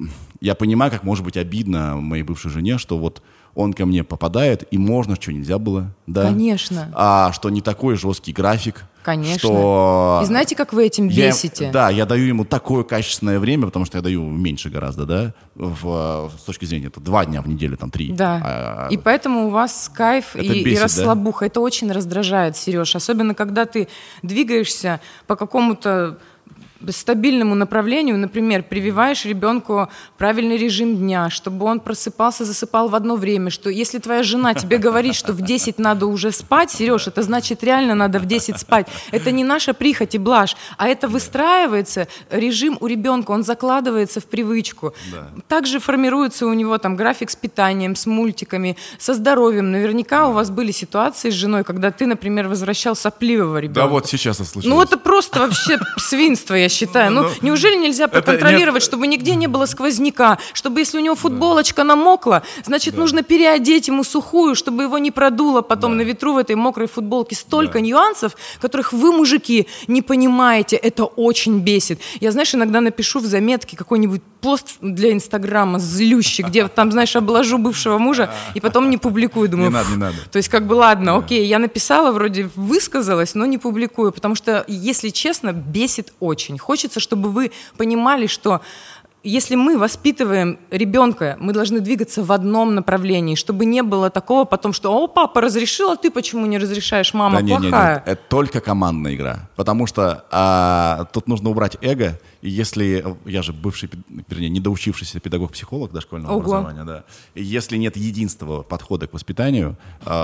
я понимаю, как может быть обидно моей бывшей жене, что вот он ко мне попадает, и можно, что нельзя было. Да? Конечно. А что не такой жесткий график. Конечно. Что и знаете, как вы этим я, бесите? Да, я даю ему такое качественное время, потому что я даю меньше гораздо, да, в, с точки зрения, это два дня в неделю, там три. Да, а, и поэтому у вас кайф и, бесит, и расслабуха. Да? Это очень раздражает, Сереж, особенно когда ты двигаешься по какому-то стабильному направлению, например, прививаешь ребенку правильный режим дня, чтобы он просыпался, засыпал в одно время, что если твоя жена тебе говорит, что в десять надо уже спать, Сереж, это значит реально надо в десять спать. Это не наша прихоть и блажь, а это выстраивается, режим у ребенка, он закладывается в привычку. Да. Также формируется у него там график с питанием, с мультиками, со здоровьем. Наверняка да. у вас были ситуации с женой, когда ты, например, возвращал сопливого ребенка. Да вот сейчас это случилось. Ну это просто вообще свинство, я считаю. Ну, ну, ну, неужели нельзя проконтролировать, нет... чтобы нигде не было сквозняка, чтобы если у него футболочка да. намокла, значит, да. нужно переодеть ему сухую, чтобы его не продуло потом да. на ветру в этой мокрой футболке. Столько да. нюансов, которых вы, мужики, не понимаете. Это очень бесит. Я, знаешь, иногда напишу в заметке какой-нибудь пост для Инстаграма злющий, где там, знаешь, обложу бывшего мужа и потом не публикую. Думаю, не надо, не надо. То есть как бы ладно, окей, я написала, вроде высказалась, но не публикую, потому что, если честно, бесит очень. Хочется, чтобы вы понимали, что если мы воспитываем ребенка, мы должны двигаться в одном направлении, чтобы не было такого потом, что «О, папа разрешил, а ты почему не разрешаешь, мама да, плохая». Нет, нет, нет, это только командная игра, потому что а, тут нужно убрать эго, и если, я же бывший, вернее, недоучившийся педагог-психолог дошкольного Ого. образования, да, и если нет единственного подхода к воспитанию,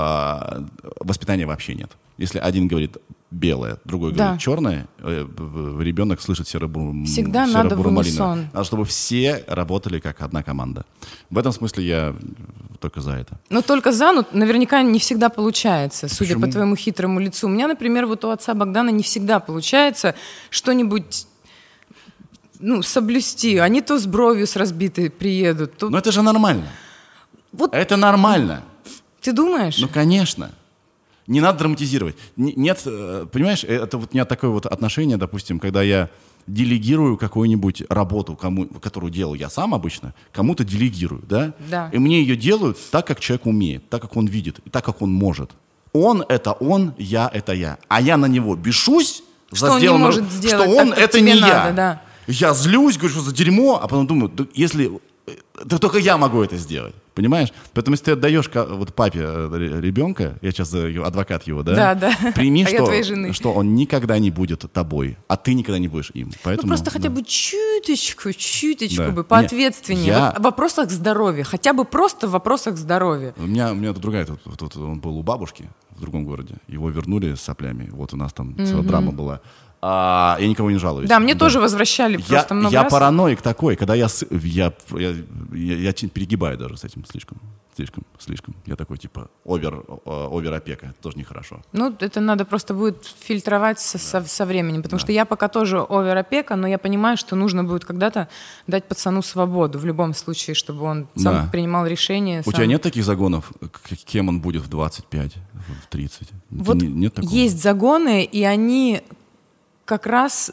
а, воспитания вообще нет. Если один говорит белое, другой да. говорит черное, ребенок слышит серо-буру Всегда надо в унисон. Надо, чтобы все работали как одна команда. В этом смысле я только за это. Но только за, ну, наверняка не всегда получается, судя Почему? по твоему хитрому лицу. У меня, например, вот у отца Богдана не всегда получается что-нибудь... Ну, соблюсти. Они то с бровью с разбитой приедут, то... Но это же нормально. Вот... Это нормально. Ты думаешь? Ну, конечно. Не надо драматизировать. Нет, понимаешь, это вот у меня такое вот отношение, допустим, когда я делегирую какую-нибудь работу, кому, которую делаю я сам обычно, кому-то делегирую, да? Да. И мне ее делают так, как человек умеет, так, как он видит, и так, как он может. Он — это он, я — это я. А я на него бешусь, что за он сделанное, не может сделать, что он — так, это не надо, я. Да. Я злюсь, говорю, что за дерьмо, а потом думаю, если... Да только я могу это сделать, понимаешь? Поэтому если ты отдаешь вот папе ребенка, я сейчас адвокат его, да? Да, да. Прими, а что, что он никогда не будет тобой, а ты никогда не будешь им. Поэтому, ну просто да. хотя бы чуточку, чуточку да. бы поответственнее. Я... Вот в вопросах здоровья, хотя бы просто в вопросах здоровья. У меня, у меня тут другая, тут, тут, он был у бабушки в другом городе, его вернули с соплями, вот у нас там mm-hmm. целая драма была. А, я никого не жалуюсь. Да, мне да. тоже возвращали просто я, много я раз. Я параноик такой, когда я, я, я, я, я перегибаю даже с этим слишком. слишком, слишком. Я такой, типа, овер, овер-опека, это тоже нехорошо. Ну, это надо просто будет фильтровать со, да. со, со временем, потому да. что я пока тоже овер-опека, но я понимаю, что нужно будет когда-то дать пацану свободу в любом случае, чтобы он сам да. принимал решение. У сам... тебя нет таких загонов, кем он будет в двадцать пять, в тридцать? Вот не, нет такого? Есть загоны, и они как раз...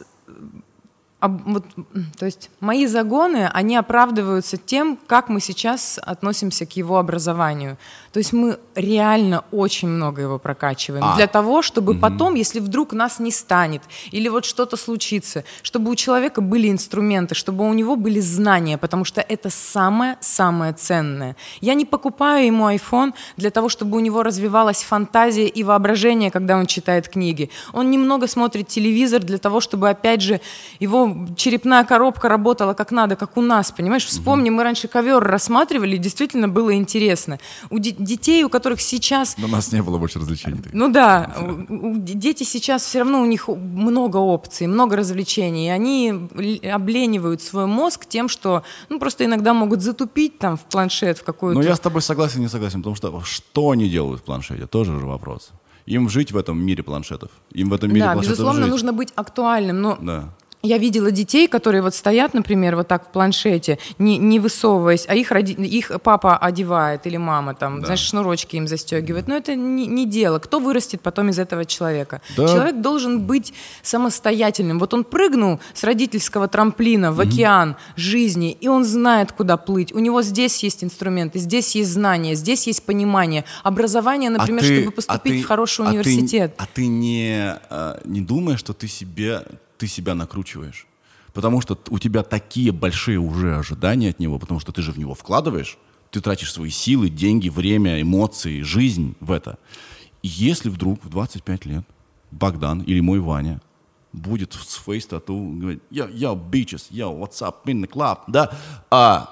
Вот, то есть мои загоны, они оправдываются тем, как мы сейчас относимся к его образованию. То есть мы реально очень много его прокачиваем а. для того, чтобы угу. потом, если вдруг нас не станет или вот что-то случится, чтобы у человека были инструменты, чтобы у него были знания, потому что это самое-самое ценное. Я не покупаю ему айфон для того, чтобы у него развивалась фантазия и воображение, когда он читает книги. Он немного смотрит телевизор для того, чтобы, опять же, его черепная коробка работала как надо, как у нас, понимаешь? Вспомни, мы раньше ковер рассматривали, действительно было интересно. У де- детей, у которых сейчас... Но у нас не было больше развлечений. Ну да, у, у, дети сейчас все равно, у них много опций, много развлечений, и они обленивают свой мозг тем, что ну, просто иногда могут затупить там в планшет, в какую-то... Ну я с тобой согласен, не согласен, потому что что они делают в планшете, тоже же вопрос. Им жить в этом мире планшетов. Им в этом мире да, планшетов безусловно, жить. нужно быть актуальным, но... Да. Я видела детей, которые вот стоят, например, вот так в планшете, не, не высовываясь, а их, роди... их папа одевает или мама там, да. знаешь, шнурочки им застегивает. Но это не, не дело. Кто вырастет потом из этого человека? Да. Человек должен быть самостоятельным. Вот он прыгнул с родительского трамплина в океан mm-hmm. жизни, и он знает, куда плыть. У него здесь есть инструменты, здесь есть знания, здесь есть понимание. Образование, например, а ты, чтобы поступить а ты, в хороший а университет. Ты, а ты не, не думаешь, что ты себе... ты себя накручиваешь. Потому что у тебя такие большие уже ожидания от него, потому что ты же в него вкладываешь, ты тратишь свои силы, деньги, время, эмоции, жизнь в это. И если вдруг в двадцать пять лет Богдан или мой Ваня будет с фейс-тату говорить «Yo, yo, bitches, yo, what's up in the club», да, а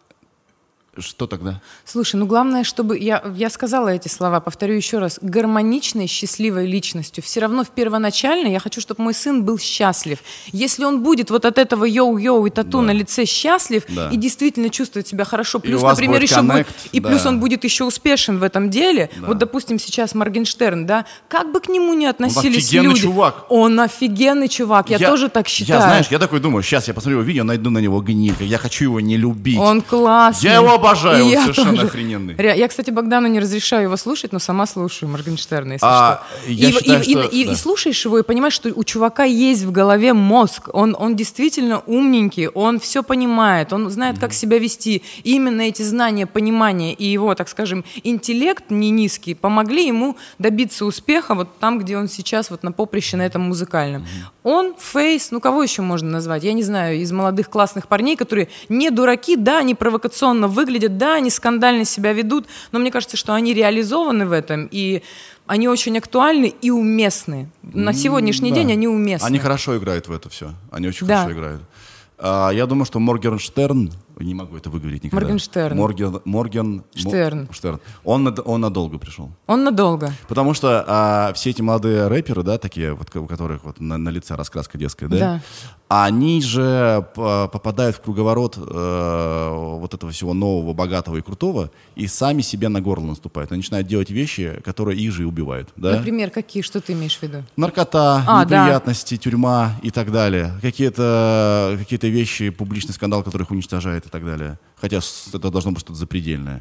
что тогда? Слушай, ну главное, чтобы... Я, я сказала эти слова, повторю еще раз. Гармоничной, счастливой личностью. Все равно в первоначально я хочу, чтобы мой сын был счастлив. Если он будет вот от этого йоу-йоу и тату да. на лице счастлив да. и действительно чувствует себя хорошо, плюс, например, еще будет, и да. плюс он будет еще успешен в этом деле, да. вот, допустим, сейчас Моргенштерн, да, как бы к нему ни относились он люди. Чувак. Он офигенный чувак, я, я тоже так считаю. Я, знаешь, я такой думаю, сейчас я посмотрю его видео, найду на него гниль, я хочу его не любить. Он классный. Я его обожаю, он я совершенно тоже. охрененный. Я, кстати, Богдану не разрешаю его слушать, но сама слушаю Моргенштерна, если а, что. Я и, считаю, и, что... и, да. и слушаешь его, и понимаешь, что у чувака есть в голове мозг. Он, он действительно умненький, он все понимает, он знает, mm-hmm. как себя вести. И именно эти знания, понимание и его, так скажем, интеллект не низкий помогли ему добиться успеха вот там, где он сейчас, вот на поприще на этом музыкальном. Mm-hmm. Он, Фейс, ну кого еще можно назвать? Я не знаю, из молодых классных парней, которые не дураки, да, они провокационно выглядят, да, они скандально себя ведут, но мне кажется, что они реализованы в этом, и они очень актуальны и уместны. На сегодняшний да. день они уместны. Они хорошо играют в это все. Они очень да. хорошо играют. А, я думаю, что Моргенштерн, не могу это выговорить никогда. Моргенштерн. Морген, Морген, Штерн. Штерн. Он, он надолго пришел. Он надолго. Потому что а, все эти молодые рэперы, да, такие, вот, у которых вот на, на лице раскраска детская, да, да. они же попадают в круговорот э, вот этого всего нового, богатого и крутого, и сами себе на горло наступают. Они начинают делать вещи, которые их же и убивают. Да? Например, какие? Что ты имеешь в виду? Наркота, а, неприятности, да. тюрьма и так далее. Какие-то, какие-то вещи, публичный скандал, который их уничтожает и так далее. Хотя это должно быть что-то запредельное.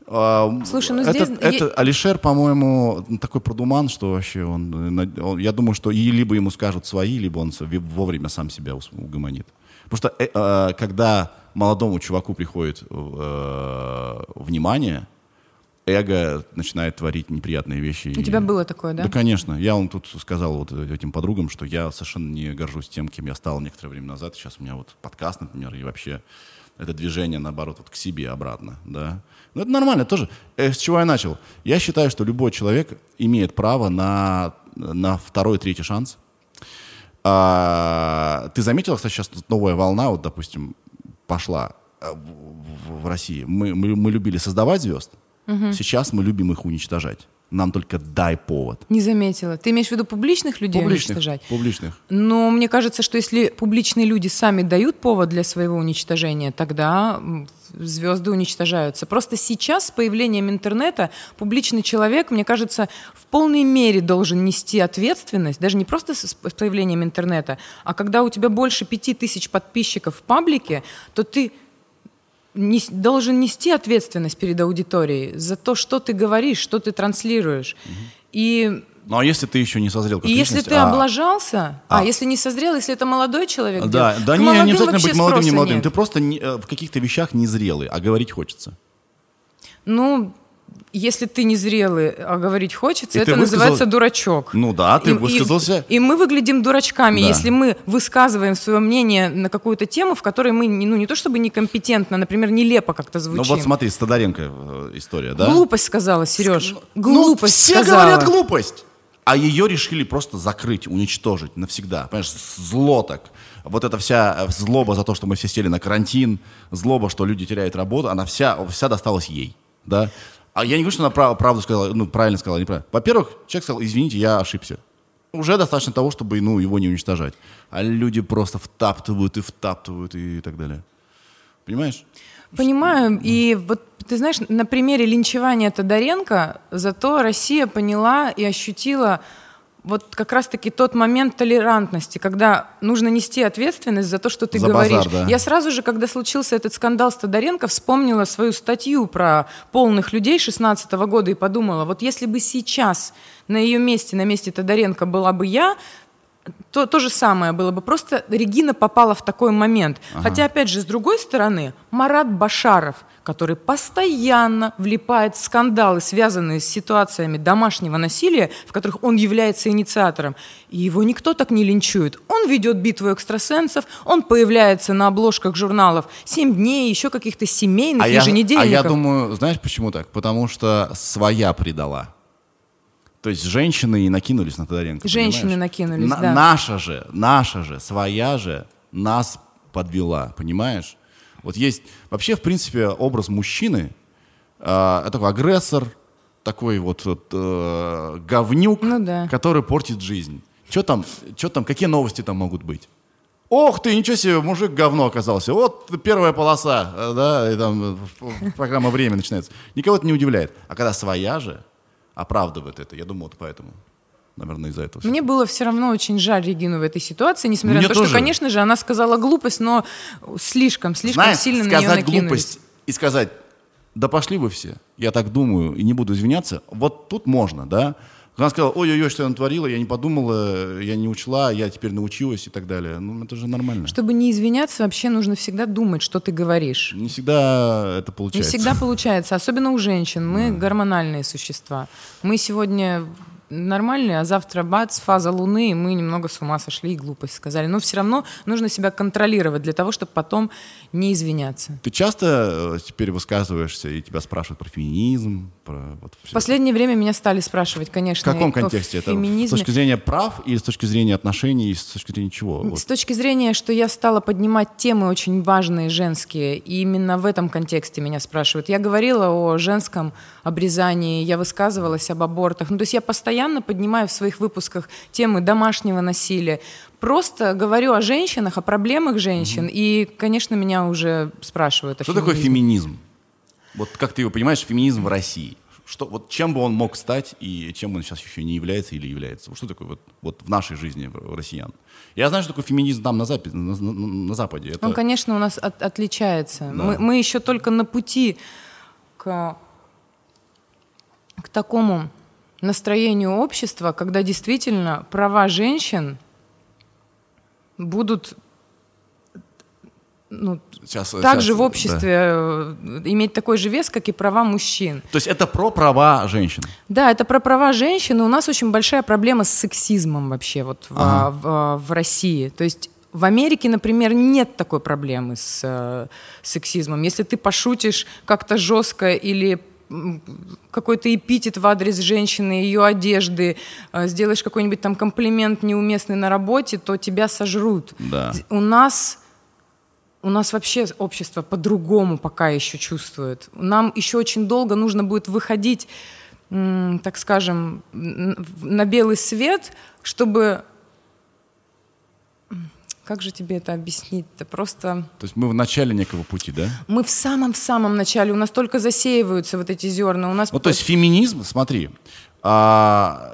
Слушай, ну это, здесь... это Алишер, по-моему, такой продуман, что вообще он, он... Я думаю, что и либо ему скажут свои, либо он вовремя сам себя угомонит. Потому что э, когда молодому чуваку приходит э, внимание, эго начинает творить неприятные вещи. У и... тебя было такое, да? Да, конечно. Я вам тут сказал вот этим подругам, что я совершенно не горжусь тем, кем я стал некоторое время назад. Сейчас у меня вот подкаст, например, и вообще... Это движение, наоборот, вот к себе обратно, да. Но это нормально тоже. С чего я начал? Я считаю, что любой человек имеет право на, на второй, третий шанс. А, ты заметила, кстати, сейчас новая волна, вот, допустим, пошла в, в, в России. Мы, мы, мы любили создавать звезд, угу. Сейчас мы любим их уничтожать. Нам только дай повод. Не заметила. Ты имеешь в виду публичных людей Публичных, уничтожать? публичных. Но мне кажется, что если публичные люди сами дают повод для своего уничтожения, тогда звезды уничтожаются. Просто сейчас с появлением интернета публичный человек, мне кажется, в полной мере должен нести ответственность, даже не просто с появлением интернета, а когда у тебя больше пяти тысяч подписчиков в паблике, то ты Не, должен нести ответственность перед аудиторией за то, что ты говоришь, что ты транслируешь. Угу. И, ну а если ты еще не созрел как и личность? если ты а, облажался, а, а если не созрел, если это молодой человек, да, делает, да, к не, молодым не обязательно быть молодым, не молодым. нет. Ты просто не, в каких-то вещах незрелый, а говорить хочется. Ну, если ты незрелый, а говорить хочется, и это высказал... называется дурачок. Ну да, ты и, высказался. И, и мы выглядим дурачками, да. если мы высказываем свое мнение на какую-то тему, в которой мы, ну не то чтобы некомпетентно, например, нелепо как-то звучим. Ну вот смотри, Стодаренко история, да? Глупость сказала, Сереж. Ск... Глупость ну, все сказала. говорят глупость. А ее решили просто закрыть, уничтожить навсегда. Понимаешь, зло так. Вот эта вся злоба за то, что мы все сели на карантин, злоба, что люди теряют работу, она вся, вся досталась ей, да? А я не говорю, что она прав, правду сказала, ну, правильно сказала, неправильно. Во-первых, человек сказал, извините, я ошибся. Уже достаточно того, чтобы, ну, его не уничтожать. А люди просто втаптывают и втаптывают и так далее. Понимаешь? Понимаю. И вот, ты знаешь, на примере линчевания Тодоренко зато Россия поняла и ощутила вот как раз-таки тот момент толерантности, когда нужно нести ответственность за то, что ты за говоришь. базар, да. Я сразу же, когда случился этот скандал с Тодоренко, вспомнила свою статью про полных людей шестнадцатого года и подумала, вот если бы сейчас на ее месте, на месте Тодоренко была бы я, то то же самое было бы. Просто Регина попала в такой момент. Ага. Хотя, опять же, с другой стороны, Марат Башаров, который постоянно влипает в скандалы, связанные с ситуациями домашнего насилия, в которых он является инициатором, и его никто так не линчует. Он ведет битву экстрасенсов, он появляется на обложках журналов «Семь дней», еще каких-то семейных, а еженедельников. Я, а я думаю, знаешь, почему так? Потому что своя предала. То есть женщины и накинулись на Тодоренко. Женщины понимаешь? накинулись, на, да. Наша же, наша же, своя же нас подвела, понимаешь? Вот есть вообще, в принципе, образ мужчины, э, такой агрессор, такой вот, вот э, говнюк, ну, да. который портит жизнь. Что там, что там, какие новости там могут быть? Ох ты, ничего себе, мужик говно оказался. Вот первая полоса, да, и там программа «Время» начинается. Никого это не удивляет. А когда своя же оправдывает это, я думаю, вот поэтому. Наверное, из-за этого. Мне было все равно очень жаль Регину в этой ситуации, несмотря Мне на то, тоже. что, конечно же, она сказала глупость, но слишком, слишком Знаешь, сильно на нее накинулись. сказать глупость и сказать, да пошли вы все, я так думаю и не буду извиняться, вот тут можно, да? Она сказала, ой-ой-ой, что я натворила, я не подумала, я не учла, я теперь научилась и так далее. Ну, это же нормально. Чтобы не извиняться, вообще нужно всегда думать, что ты говоришь. Не всегда это получается. Не всегда получается, особенно у женщин. Мы да. гормональные существа. Мы сегодня нормальные, а завтра бац, фаза Луны, и мы немного с ума сошли и глупость сказали. Но все равно нужно себя контролировать для того, чтобы потом не извиняться. Ты часто теперь высказываешься, и тебя спрашивают про феминизм? Про вот в последнее это? время меня стали спрашивать, конечно. В каком контексте? Это с точки зрения прав или с точки зрения отношений, или с точки зрения чего? С вот. точки зрения, что я стала поднимать темы очень важные, женские, и именно в этом контексте меня спрашивают. Я говорила о женском обрезании, я высказывалась об абортах. Ну, то есть я постоянно поднимаю в своих выпусках темы домашнего насилия. Просто говорю о женщинах, о проблемах женщин, угу. и, конечно, меня уже спрашивают о Что феминизме. такое феминизм? Вот как ты его понимаешь, феминизм в России? Что, вот чем бы он мог стать и чем он сейчас еще не является или является? Что такое вот, вот в нашей жизни в россиян? Я знаю, что такое феминизм там на, Западе. На, на, на Западе. Это... Он, конечно, у нас от, отличается. Да. Мы, мы еще только на пути к, к такому настроению общества, когда действительно права женщин будут ну, сейчас, также сейчас, в обществе да. иметь такой же вес, как и права мужчин. То есть это про права женщин? Да, это про права женщин, и у нас очень большая проблема с сексизмом вообще вот ага. в, в, в России. То есть в Америке, например, нет такой проблемы с э, сексизмом. Если ты пошутишь как-то жестко или какой-то эпитет в адрес женщины, ее одежды, сделаешь какой-нибудь там комплимент неуместный на работе, то тебя сожрут. Да. У нас, у нас вообще общество по-другому пока еще чувствует. Нам еще очень долго нужно будет выходить м, так скажем, на белый свет, чтобы... Как же тебе это объяснить-то? Просто... То есть мы в начале некого пути, да? Мы в самом-самом начале. У нас только засеиваются вот эти зерна. У нас... Ну, то есть феминизм, смотри, а,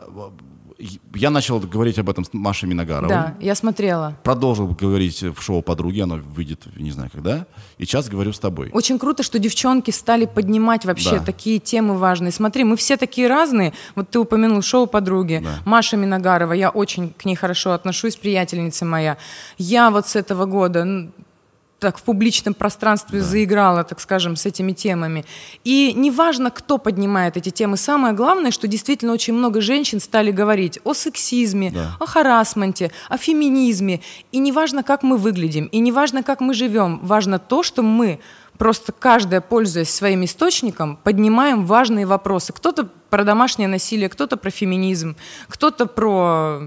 я начал говорить об этом с Машей Миногаровой. Да, я смотрела. Продолжил говорить в шоу «Подруги», оно выйдет, не знаю когда. И сейчас говорю с тобой. Очень круто, что девчонки стали поднимать вообще да. такие темы важные. Смотри, мы все такие разные. Вот ты упомянул шоу «Подруги». Да. Маша Миногарова, я очень к ней хорошо отношусь, приятельница моя. Я вот с этого года... так в публичном пространстве да. заиграла, так скажем, с этими темами. И неважно, кто поднимает эти темы, самое главное, что действительно очень много женщин стали говорить о сексизме, да. о харассменте, о феминизме. И неважно, как мы выглядим, и неважно, как мы живем, важно то, что мы просто каждая, пользуясь своим источником, поднимаем важные вопросы. Кто-то про домашнее насилие, кто-то про феминизм, кто-то про,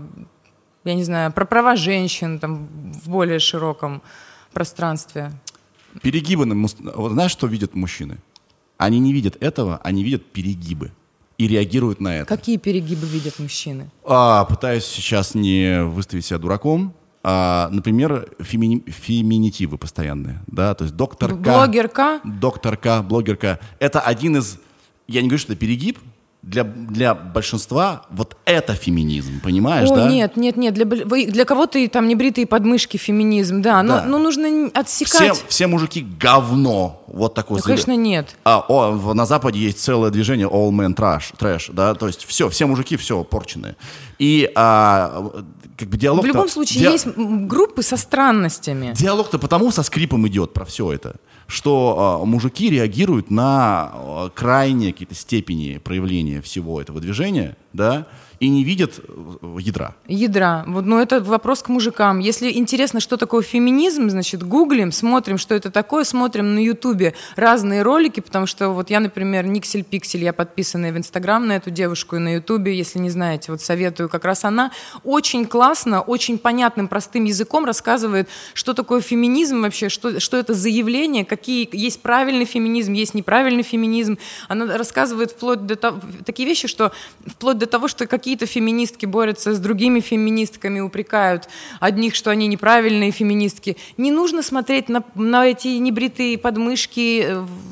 я не знаю, про права женщин там, в более широком пространстве. Перегибы. Вот знаешь, что видят мужчины? Они не видят этого, они видят перегибы и реагируют на это. Какие перегибы видят мужчины? А, пытаюсь сейчас не выставить себя дураком. А, например, фемини... феминитивы постоянные. Да? То есть доктор К. Блогерка. Доктор К, блогерка. Это один из... Я не говорю, что это перегиб. Для, для большинства вот это феминизм, понимаешь, О, да? нет, нет, нет, для, для кого-то и там небритые подмышки феминизм, да, да. Но, но нужно отсекать. Все, все мужики говно, вот такое. Да, конечно, нет. А, о, на Западе есть целое движение all men trash, trash, да, то есть все, все мужики, все порченые. И а, как бы диалог... В любом случае ди... есть группы со странностями. Диалог-то потому со скрипом идет про все это, что а, мужики реагируют на а, крайние какие-то степени проявления всего этого движения, да, и не видят ядра. Ядра. Вот, ну, это вопрос к мужикам. Если интересно, что такое феминизм, значит, гуглим, смотрим, что это такое, смотрим на Ютубе разные ролики, потому что вот я, например, Никсель Пиксель, я подписанная в Инстаграм на эту девушку и на Ютубе, если не знаете, вот советую, как раз она очень классно, очень понятным, простым языком рассказывает, что такое феминизм вообще, что, что это за явление, какие есть правильный феминизм, есть неправильный феминизм. Она рассказывает вплоть до того, такие вещи, что вплоть до того, что какие Какие-то феминистки борются с другими феминистками, упрекают одних, что они неправильные феминистки. Не нужно смотреть на, на эти небритые подмышки,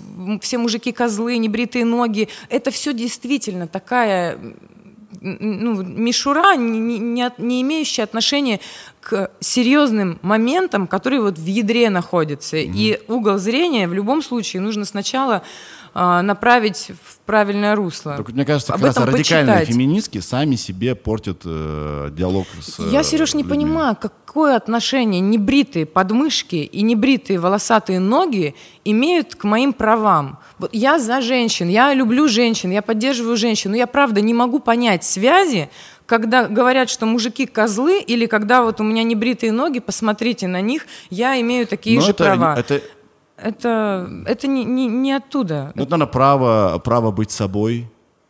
все мужики козлы, небритые ноги. Это все действительно такая ну, мишура, не, не, не имеющая отношения к серьезным моментам, которые вот в ядре находятся. Mm-hmm. И угол зрения в любом случае нужно сначала направить в правильное русло. Так, мне кажется, как раз радикальные почитать. Феминистки сами себе портят э, диалог с Я, Сереж, не людьми. понимаю, какое отношение небритые подмышки и небритые волосатые ноги имеют к моим правам. Вот я за женщин, я люблю женщин, я поддерживаю женщин, но я, правда, не могу понять связи, когда говорят, что мужики козлы, или когда вот у меня небритые ноги, посмотрите на них, я имею такие но же это, права. Это... Это, это не, не, не оттуда. Ну, это, наверное, право, право быть собой,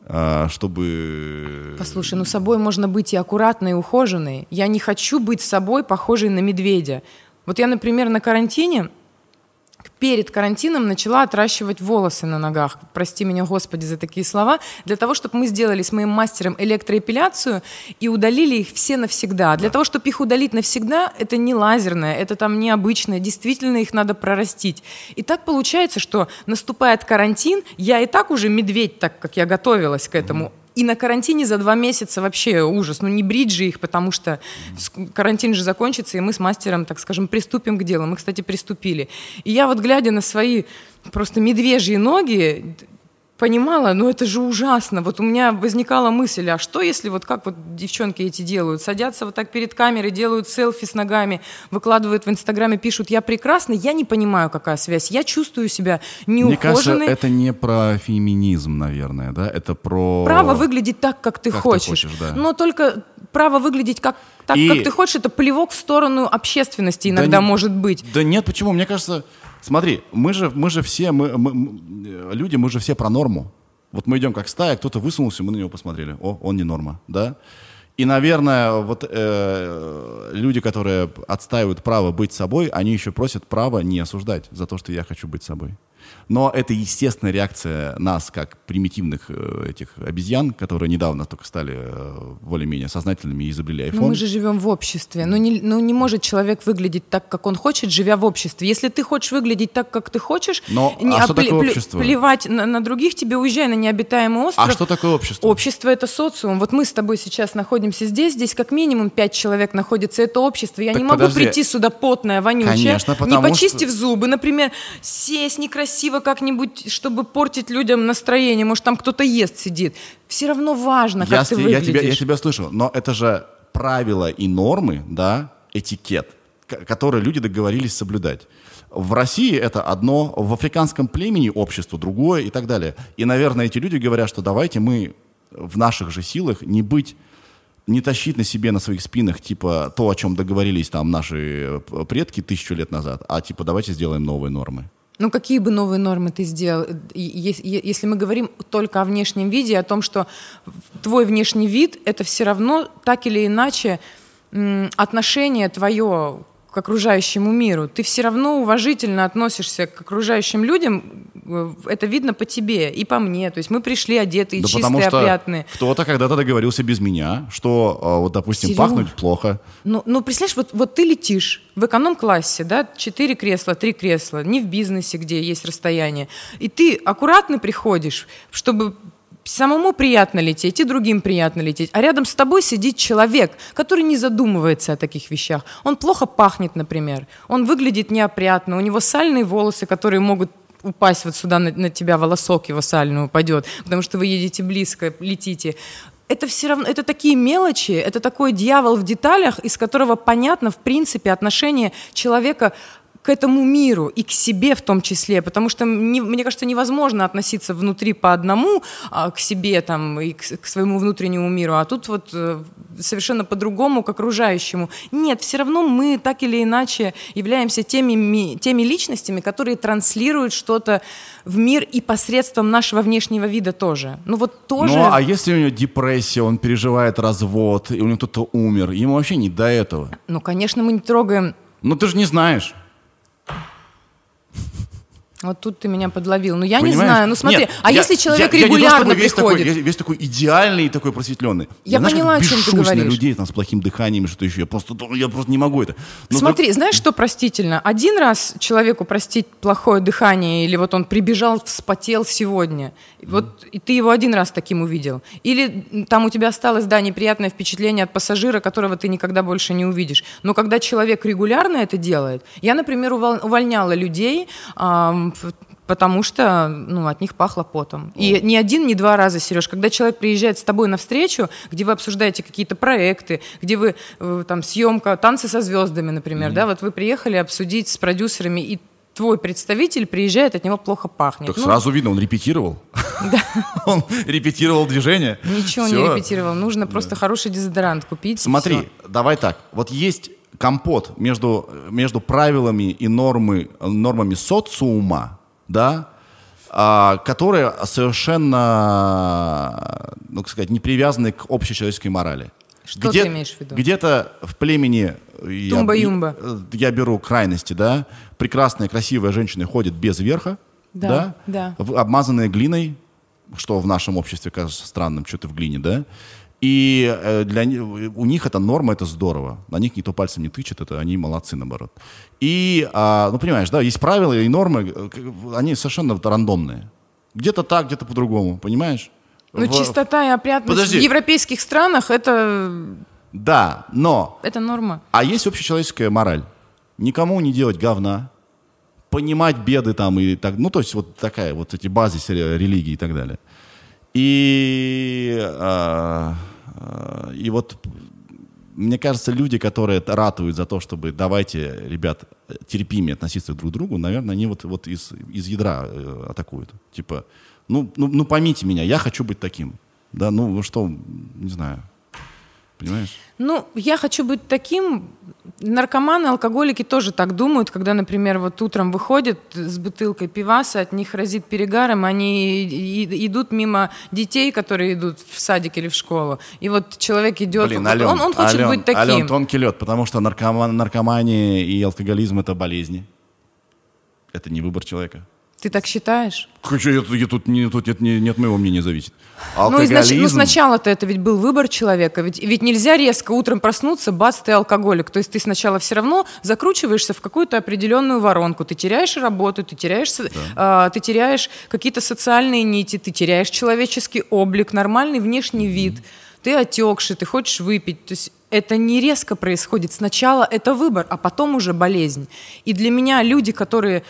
чтобы... Послушай, ну собой можно быть и аккуратной, и ухоженной. Я не хочу быть собой, похожей на медведя. Вот я, например, на карантине, перед карантином начала отращивать волосы на ногах. Прости меня, Господи, за такие слова. Для того, чтобы мы сделали с моим мастером электроэпиляцию и удалили их все навсегда. Для того, чтобы их удалить навсегда, это не лазерное, это там необычное. Действительно, их надо прорастить. И так получается, что наступает карантин, я и так уже медведь, так как я готовилась к этому. И на карантине за два месяца вообще ужас. Ну не брить же их, потому что карантин же закончится, и мы с мастером, так скажем, приступим к делу. Мы, кстати, приступили. И я вот, глядя на свои просто медвежьи ноги, понимала, ну это же ужасно. Вот у меня возникала мысль, а что если вот как вот девчонки эти делают? Садятся вот так перед камерой, делают селфи с ногами, выкладывают в Инстаграме, пишут «я прекрасна». Я не понимаю, какая связь. Я чувствую себя неухоженной. Мне кажется, это не про феминизм, наверное, да? Это про... Право выглядеть так, как ты как хочешь. Ты хочешь, да. Но только право выглядеть как, так, И... как ты хочешь, это плевок в сторону общественности иногда да может не... быть. Да нет, почему? Мне кажется... Смотри, мы же, мы же все, мы, мы, люди, мы же все про норму. Вот мы идем как стая, кто-то высунулся, мы на него посмотрели. О, он не норма, да? И, наверное, вот э, люди, которые отстаивают право быть собой, они еще просят права не осуждать за то, что я хочу быть собой. Но это естественная реакция нас, как примитивных э, этих обезьян, которые недавно только стали э, более-менее сознательными и изобрели iPhone. Но мы же живем в обществе. Ну не, ну не может человек выглядеть так, как он хочет, живя в обществе. Если ты хочешь выглядеть так, как ты хочешь, Но, не, а а что пле, такое пле, общество? Плевать на, на других, тебе уезжай на необитаемый остров. А что такое общество? Общество — это социум. Вот мы с тобой сейчас находимся здесь, здесь как минимум пять человек находится. Это общество. Я так не могу подожди. прийти сюда потная, вонючая, Конечно, не потому почистив что... зубы, например, сесть некрасиво как-нибудь, чтобы портить людям настроение. Может, там кто-то ест, сидит. Все равно важно, как я, ты я, выглядишь. тебя, я тебя слышу, но это же правила и нормы, да, этикет, к- которые люди договорились соблюдать. В России это одно, в африканском племени общество другое и так далее. И, наверное, эти люди говорят, что давайте мы в наших же силах не быть, не тащить на себе, на своих спинах, типа, то, о чем договорились там наши предки тысячу лет назад, а типа давайте сделаем новые нормы. Ну, какие бы новые нормы ты сделал? Если мы говорим только о внешнем виде, о том, что твой внешний вид — это все равно так или иначе отношение твое к окружающему миру. Ты все равно уважительно относишься к окружающим людям, это видно по тебе и по мне. То есть мы пришли одетые, Да чистые, потому что опрятные. кто-то когда-то договорился без меня, что, вот, допустим, Серьёзно? пахнуть плохо. Ну, ну представляешь, вот, вот ты летишь в эконом-классе, да, четыре кресла, три кресла, не в бизнесе, где есть расстояние, и ты аккуратно приходишь, чтобы самому приятно лететь и другим приятно лететь, а рядом с тобой сидит человек, который не задумывается о таких вещах. Он плохо пахнет, например, он выглядит неопрятно, у него сальные волосы, которые могут упасть вот сюда на, на тебя, волосок его сальный упадет, потому что вы едете близко, летите. Это все равно, это такие мелочи, это такой дьявол в деталях, из которого понятно, в принципе, отношение человека к этому миру и к себе в том числе, потому что, не, мне кажется, невозможно относиться внутри по одному а, к себе там, и к, к своему внутреннему миру, а тут вот э, совершенно по-другому к окружающему. Нет, все равно мы так или иначе являемся теми, ми, теми личностями, которые транслируют что-то в мир и посредством нашего внешнего вида тоже. Ну вот тоже... Ну, а если у него депрессия, он переживает развод, и у него кто-то умер, ему вообще не до этого. Ну, конечно, мы не трогаем... Ну, ты же не знаешь. Вот тут ты меня подловил. Ну, я Понимаешь? не знаю. Ну, смотри, Нет, а я, если человек я, регулярно я не весь приходит? Такой, весь такой идеальный и такой просветленный. Я, я знаешь, поняла, о чем ты бешусь говоришь. на людей там, с плохим дыханием, что еще. Я просто, я просто не могу это. Но Смотри, так... знаешь, что простительно? Один раз человеку простить плохое дыхание, или вот он прибежал, вспотел сегодня, mm. вот и ты его один раз таким увидел. Или там у тебя осталось, да, неприятное впечатление от пассажира, которого ты никогда больше не увидишь. Но когда человек регулярно это делает, я, например, увольняла людей, э, потому что, ну, от них пахло потом. И ни один, ни два раза, Сереж, когда человек приезжает с тобой на встречу, где вы обсуждаете какие-то проекты, где вы, там, съемка, танцы со звездами, например, mm-hmm. да, вот вы приехали обсудить с продюсерами, и твой представитель приезжает, от него плохо пахнет. Так ну, сразу видно, он репетировал. Он репетировал движение. Ничего не репетировал, нужно просто хороший дезодорант купить. Смотри, давай так, вот есть компот между, между правилами и нормы, нормами социума, да, а, которые совершенно, ну, как сказать, не привязаны к общечеловеческой морали. Что Где, ты имеешь в виду? Где-то в племени, Тумба-юмба. я, я беру крайности, да, прекрасная, красивая женщина ходит без верха, да, да, да. обмазанная глиной, что в нашем обществе кажется странным, что ты в глине, да, и для, у них это норма, это здорово. На них никто пальцем не тычет, это они молодцы, наоборот. И, а, ну, понимаешь, да, есть правила и нормы, они совершенно рандомные. Где-то так, где-то по-другому, понимаешь? Ну, в... чистота и опрятность Подожди. в европейских странах — это... Да, но... Это норма. А есть общечеловеческая мораль. Никому не делать говна, понимать беды там и так, ну, то есть вот такая, вот эти базисы религии и так далее. И, а, а, и вот, мне кажется, люди, которые ратуют за то, чтобы давайте, ребят, терпимее относиться друг к другу, наверное, они вот, вот из, из ядра э, атакуют. Типа, ну, ну, ну поймите меня, я хочу быть таким. Да, ну что, не знаю. Понимаешь? Ну, я хочу быть таким. Наркоманы, алкоголики тоже так думают, когда, например, вот утром выходят с бутылкой пиваса, от них разит перегаром, они идут мимо детей, которые идут в садик или в школу. И вот человек идет, Блин, вот, Ален, он, он хочет Ален, быть таким. Ален, тонкий лед, потому что наркоман, наркомания и алкоголизм — это болезни. Это не выбор человека. Ты так считаешь? Хочу, я, я тут, не, тут нет, не, нет моего мнения зависит. Ну, изнач... ну, сначала-то это ведь был выбор человека. Ведь, ведь нельзя резко утром проснуться, бац, ты алкоголик. То есть ты сначала все равно закручиваешься в какую-то определенную воронку. Ты теряешь работу, ты теряешь, да. э, ты теряешь какие-то социальные нити, ты теряешь человеческий облик, нормальный внешний mm-hmm. вид. Ты отекший, ты хочешь выпить. То есть это не резко происходит. Сначала это выбор, а потом уже болезнь. И для меня люди, которые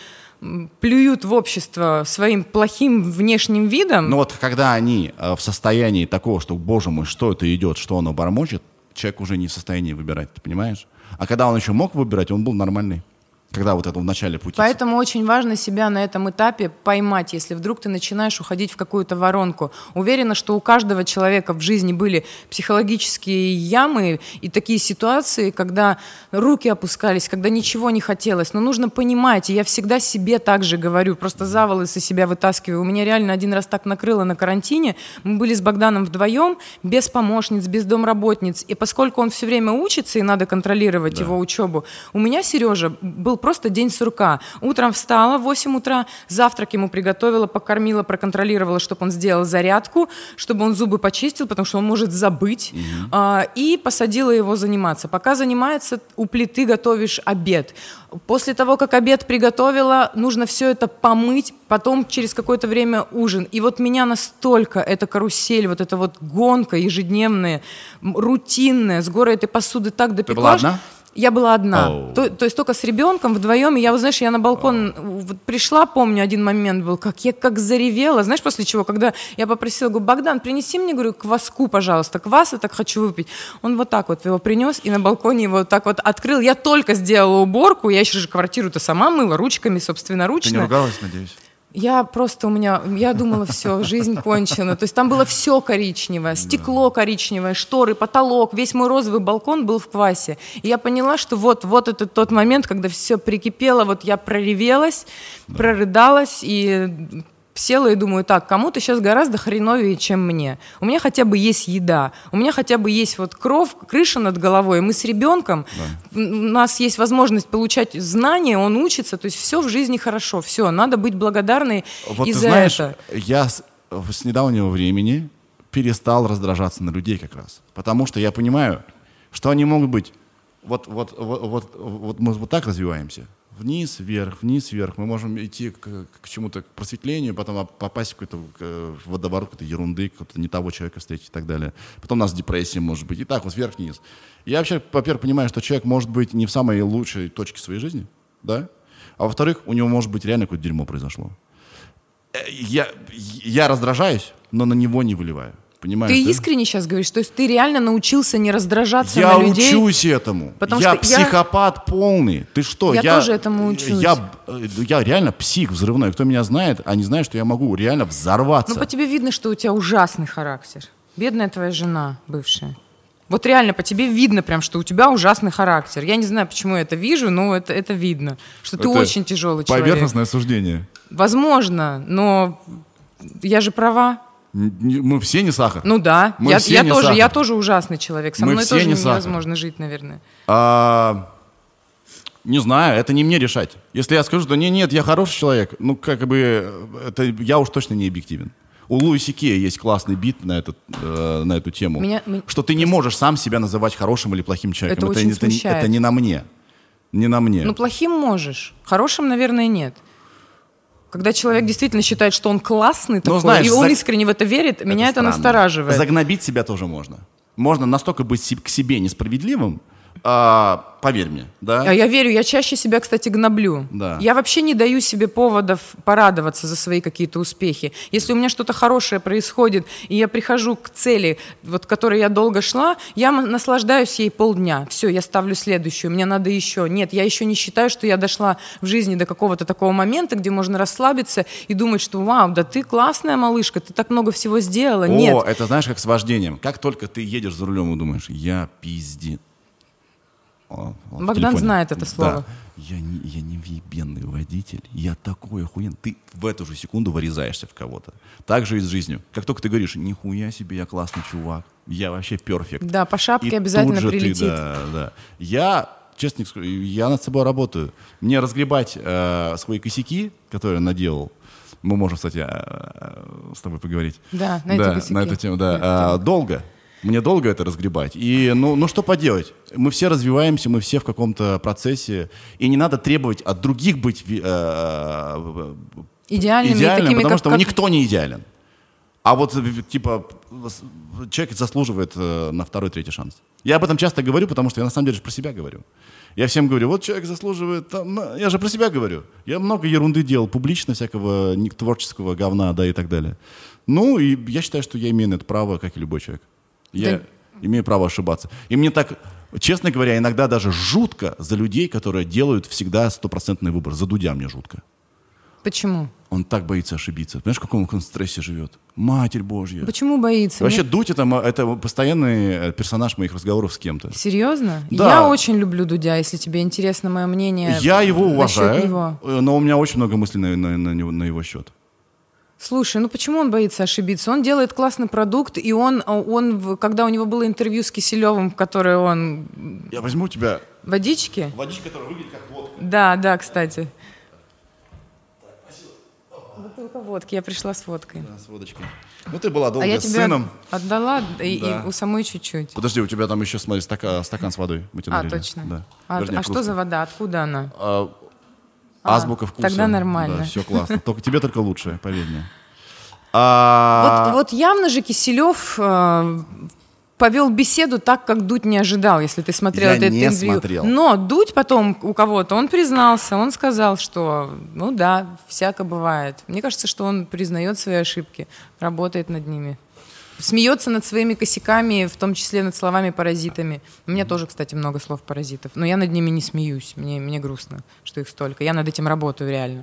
плюют в общество своим плохим внешним видом. Но вот когда они э, в состоянии такого, что, боже мой, что это идет, что оно бормочет, человек уже не в состоянии выбирать, ты понимаешь? А когда он еще мог выбирать, он был нормальный. Когда вот это в начале пути. Поэтому очень важно себя на этом этапе поймать, если вдруг ты начинаешь уходить в какую-то воронку. Уверена, что у каждого человека в жизни были психологические ямы и такие ситуации, когда руки опускались, когда ничего не хотелось. Но нужно понимать, и я всегда себе так же говорю, просто за волосы себя вытаскиваю. У меня реально один раз так накрыло на карантине. Мы были с Богданом вдвоем, без помощниц, без домработниц. И поскольку он все время учится, и надо контролировать да. его учебу, у меня Сережа был просто день сурка. Утром встала в восемь утра, завтрак ему приготовила, покормила, проконтролировала, чтобы он сделал зарядку, чтобы он зубы почистил, потому что он может забыть, mm-hmm. а, и посадила его заниматься. Пока занимается, у плиты готовишь обед. После того, как обед приготовила, нужно все это помыть, потом через какое-то время ужин. И вот меня настолько эта карусель, вот эта вот гонка ежедневная, рутинная, с горой этой посуды так допекла. Ты была одна? Я была одна, oh. то, то есть только с ребенком вдвоем, и я, вот, знаешь, я на балкон oh. вот пришла, помню, один момент был, как я как заревела, знаешь, после чего, когда я попросила, говорю, Богдан, принеси мне, говорю, кваску, пожалуйста, квас я так хочу выпить. Он вот так вот его принес, и на балконе его вот так вот открыл, я только сделала уборку, я еще же квартиру-то сама мыла, ручками, собственноручно. Ты не ругалась, надеюсь? Я просто у меня, я думала, все, жизнь кончена. То есть там было все коричневое, стекло коричневое, шторы, потолок, весь мой розовый балкон был в квасе. И я поняла, что вот, вот это тот момент, когда все прикипело, вот я проревелась, да. прорыдалась и села и думаю, так, кому-то сейчас гораздо хреновее, чем мне. У меня хотя бы есть еда, у меня хотя бы есть вот кров, крыша над головой, мы с ребенком, да. у нас есть возможность получать знания, он учится, то есть все в жизни хорошо, все, надо быть благодарной вот и за знаешь, это. Я с, с недавнего времени перестал раздражаться на людей как раз, потому что я понимаю, что они могут быть, вот, вот, вот, вот, вот мы вот так развиваемся, вниз, вверх, вниз, вверх. Мы можем идти к, к чему-то, к просветлению, потом попасть в какой-то в водоворот какой-то ерунды, какого-то не того человека встретить и так далее. Потом у нас депрессия может быть. И так вот вверх-вниз. Я вообще, во-первых, понимаю, что человек может быть не в самой лучшей точке своей жизни, да? А во-вторых, у него может быть реально какое-то дерьмо произошло. Я, я раздражаюсь, но на него не выливаю. Понимаешь, ты да? искренне сейчас говоришь, то есть ты реально научился не раздражаться я на людей? Я учусь этому. Потому я что психопат я... полный. Ты что? Я, я тоже этому учусь. Я, я реально псих взрывной. Кто меня знает, они знают, что я могу реально взорваться. Ну, по тебе видно, что у тебя ужасный характер. Бедная твоя жена бывшая. Вот реально по тебе видно прям, что у тебя ужасный характер. Я не знаю, почему я это вижу, но это, это видно. Что ты это очень тяжелый человек. Поверхностное суждение. Возможно, но я же права. Мы все не сахар. Ну да, Мы я, все я, не тоже, сахар. я тоже ужасный человек. Со Мы мной все тоже не невозможно сахар. жить, наверное. А, не знаю, это не мне решать. Если я скажу, что нет, нет, я хороший человек, ну как бы это, я уж точно не объективен. У Луи Си Кея есть классный бит на, этот, э, на эту тему, меня, меня... что ты не можешь сам себя называть хорошим или плохим человеком. Это, это, очень это, смущает. это не на мне. Не на мне. Ну плохим можешь, хорошим, наверное, нет. Когда человек действительно считает, что он классный такой, знаешь, и он заг... искренне в это верит, это меня странно. Это настораживает. Загнобить себя тоже можно. Можно настолько быть к себе несправедливым, а, поверь мне. Да? А я верю, я чаще себя, кстати, гноблю. Да. Я вообще не даю себе поводов порадоваться за свои какие-то успехи. Если у меня что-то хорошее происходит, и я прихожу к цели, вот, к которой я долго шла, я наслаждаюсь ей полдня. Все, я ставлю следующую, мне надо еще. Нет, я еще не считаю, что я дошла в жизни до какого-то такого момента, где можно расслабиться и думать, что вау, да ты классная малышка, ты так много всего сделала. О, Нет. это знаешь, как с вождением. Как только ты едешь за рулем и думаешь, я пиздец. О, Богдан знает это слово. Да. Я не, я не въебенный водитель, я такой охуенный. Ты в эту же секунду вырезаешься в кого-то. Так же и с жизнью. Как только ты говоришь, нихуя себе, я классный чувак, я вообще перфект. Да, по шапке и обязательно тут же прилетит. Ты, да, да. Я честно скажу, я над собой работаю. Мне разгребать э, свои косяки, которые я наделал, мы можем, кстати, э, с тобой поговорить. Да, на, да, эти косяки. на эту тему. Да. А, долго. Мне долго это разгребать. И, ну, ну, что поделать? Мы все развиваемся, мы все в каком-то процессе. И не надо требовать от других быть э, идеальными, идеальным, такими, потому как, что как... никто не идеален. А вот, типа, человек заслуживает э, на второй, третий шанс. Я об этом часто говорю, потому что я на самом деле про себя говорю. Я всем говорю, вот человек заслуживает... Там, я же про себя говорю. Я много ерунды делал публично, всякого творческого говна, да, и так далее. Ну, и я считаю, что я имею на это право, как и любой человек. Я да. имею право ошибаться. И мне так, честно говоря, иногда даже жутко за людей, которые делают всегда стопроцентный выбор. За Дудя мне жутко. Почему? Он так боится ошибиться. Понимаешь, в каком он стрессе живет? Матерь Божья. Почему боится? Вообще, Мне... Дудь это, это постоянный персонаж моих разговоров с кем-то. Серьезно? Да. Я очень люблю Дудя, если тебе интересно мое мнение. Я его уважаю, него. но у меня очень много мыслей на, на, на, него, на его счет. Слушай, ну почему он боится ошибиться? Он делает классный продукт, и он, он, когда у него было интервью с Киселевым, в которое он... Я возьму у тебя... Водички? Водичка, которая выглядит как водка. Да, да, кстати. Бутылка водки, я пришла с водкой. Да, с водочкой. Ну ты была долго а я с тебе сыном. Отдала, и, да. и у самой чуть-чуть. Подожди, у тебя там еще, смотри, стакан, стакан с водой. Мы тебе а, налили. точно. Да. А, Вернее, а что за вода? Откуда она? А, азбука а, вкуса. Тогда нормально. Да, все классно. Только тебе только лучше, поверь мне. А... Вот, вот явно же Киселев э, повел беседу так, как Дудь не ожидал, если ты смотрел Я это не интервью. Смотрел. Но Дудь потом у кого-то, он признался, он сказал, что, ну да, всяко бывает. Мне кажется, что он признает свои ошибки, работает над ними. Смеется над своими косяками, в том числе над словами-паразитами. У меня тоже, кстати, много слов-паразитов, но я над ними не смеюсь, мне, мне грустно, что их столько. Я над этим работаю реально.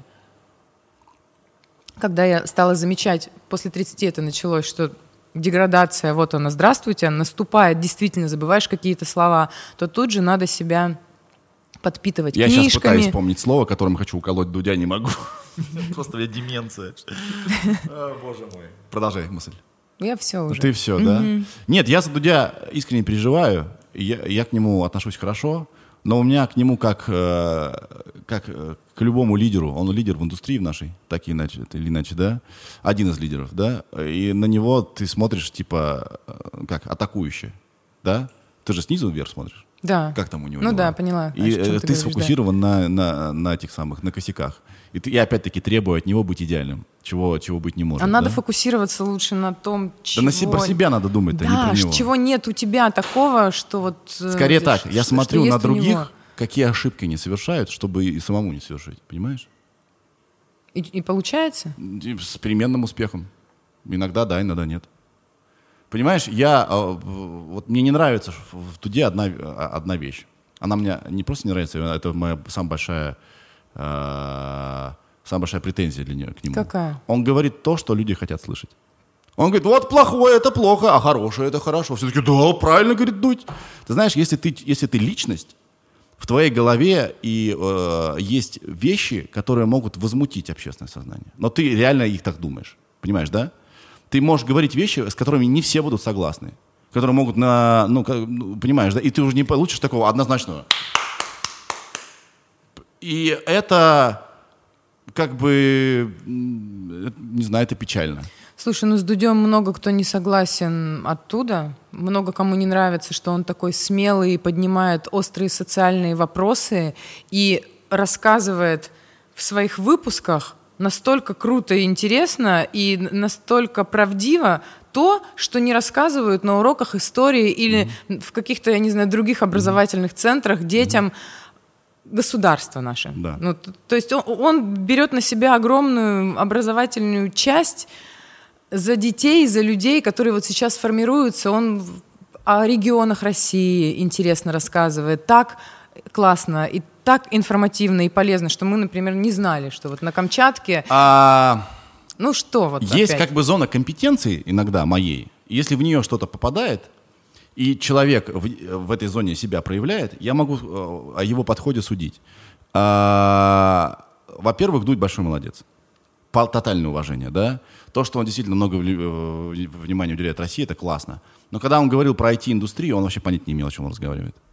Когда я стала замечать, после тридцати это началось, что деградация, вот она, здравствуйте, наступает, действительно забываешь какие-то слова, то тут же надо себя подпитывать я книжками. Я сейчас пытаюсь вспомнить слово, которым хочу уколоть Дудя, не могу. Просто у меня деменция. Боже мой. Продолжай мысль. Я все уже. Ты все, да? Нет, я за Дудя искренне переживаю, я к нему отношусь хорошо, но у меня к нему как, э, как э, к любому лидеру, он лидер в индустрии в нашей, так и иначе, или иначе, да, один из лидеров, да, и на него ты смотришь, типа, э, как, атакующе, да, ты же снизу вверх смотришь. Да. Как там у него? Ну дела? да, поняла. И а ты, ты, ты сфокусирован да. на, на, на этих самых, на косяках. И, ты, и опять-таки требую от него быть идеальным, чего, чего быть не может. А да? надо фокусироваться лучше на том, чего... Да на себя, про себя надо думать, да, а не про него. чего нет у тебя такого, что вот... Скорее так, что, я смотрю что на других, какие ошибки они совершают, чтобы и самому не совершить, понимаешь? И, и получается? И с переменным успехом. Иногда да, иногда нет. Понимаешь, я, вот мне не нравится в Дуде одна, одна вещь. Она мне не просто не нравится, это моя самая большая, э, самая большая претензия для нее, к нему. Какая? Он говорит то, что люди хотят слышать. Он говорит, вот плохое — это плохо, а хорошее — это хорошо. Все таки, да, правильно, говорит Дудь. Ты знаешь, если ты, если ты личность, в твоей голове и э, есть вещи, которые могут возмутить общественное сознание. Но ты реально их так думаешь. Понимаешь, да? Ты можешь говорить вещи, с которыми не все будут согласны. Которые могут на... Ну, как, ну, понимаешь, да? И ты уже не получишь такого однозначного. И это как бы... Не знаю, это печально. Слушай, ну с Дудем много кто не согласен оттуда. Много кому не нравится, что он такой смелый и поднимает острые социальные вопросы и рассказывает в своих выпусках настолько круто и интересно и настолько правдиво то, что не рассказывают на уроках истории или mm-hmm. в каких-то, я не знаю, других образовательных mm-hmm. центрах детям mm-hmm. государства наше. Да. Ну, то, то есть он, он берет на себя огромную образовательную часть за детей, за людей, которые вот сейчас формируются. Он о регионах России интересно рассказывает, так классно и так информативно и полезно, что мы, например, не знали, что вот на Камчатке... А... Ну что вот Есть опять? как бы зона компетенции иногда моей. Если в нее что-то попадает, и человек в, в этой зоне себя проявляет, я могу о его подходе судить. А, во-первых, Дудь большой молодец. Тотальное уважение, да. То, что он действительно много внимания уделяет России, это классно. Но когда он говорил про ай ти-индустрию, он вообще понять не имел, о чем он разговаривает.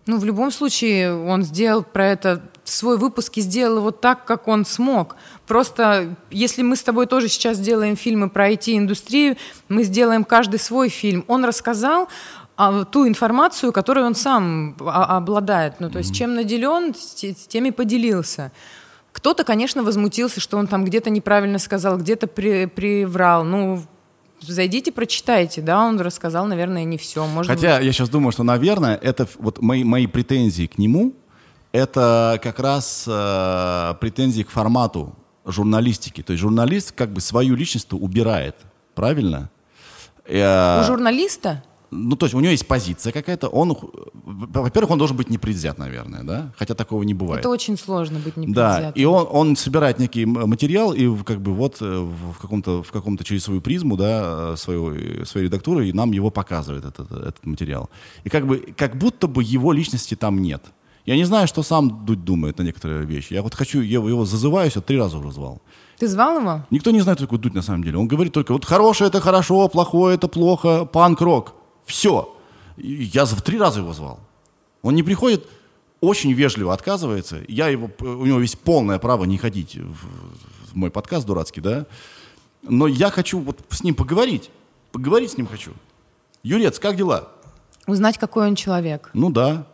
Ну, в любом случае, он сделал про это, свой выпуск и сделал его так, как он смог. Просто, если мы с тобой тоже сейчас делаем фильмы про ай ти-индустрию, мы сделаем каждый свой фильм. Он рассказал а, ту информацию, которой он сам а, обладает. Ну, то есть, чем наделен, с тем и поделился. Кто-то, конечно, возмутился, что он там где-то неправильно сказал, где-то при, приврал. Ну, зайдите, прочитайте, да, он рассказал, наверное, не все. Может Хотя быть... я сейчас думаю, что, наверное, это вот мои, мои претензии к нему, это как раз э, претензии к формату журналистики. То есть журналист как бы свою личность убирает, правильно? Э, У журналиста? Ну, то есть у него есть позиция какая-то, он, во-первых, он должен быть непредвзят, наверное, да, хотя такого не бывает. Это очень сложно быть непредвзятым. Да, и он, он собирает некий материал и как бы вот в каком-то, в каком-то через свою призму, да, свою, своей редактуры, и нам его показывает, этот, этот материал. И как бы, как будто бы его личности там нет. Я не знаю, что сам Дудь думает на некоторые вещи. Я вот хочу, я его зазываюсь, вот три раза уже звал. Ты звал его? Никто не знает, кто такой Дудь на самом деле. Он говорит только, вот хорошее это хорошо, плохое это плохо, панк-рок. Все. Я в три раза его звал. Он не приходит, очень вежливо отказывается. Я его, у него есть полное право не ходить в, в мой подкаст дурацкий, да. Но я хочу вот с ним поговорить. Поговорить с ним хочу. Юрец, как дела? Узнать, какой он человек. Ну да.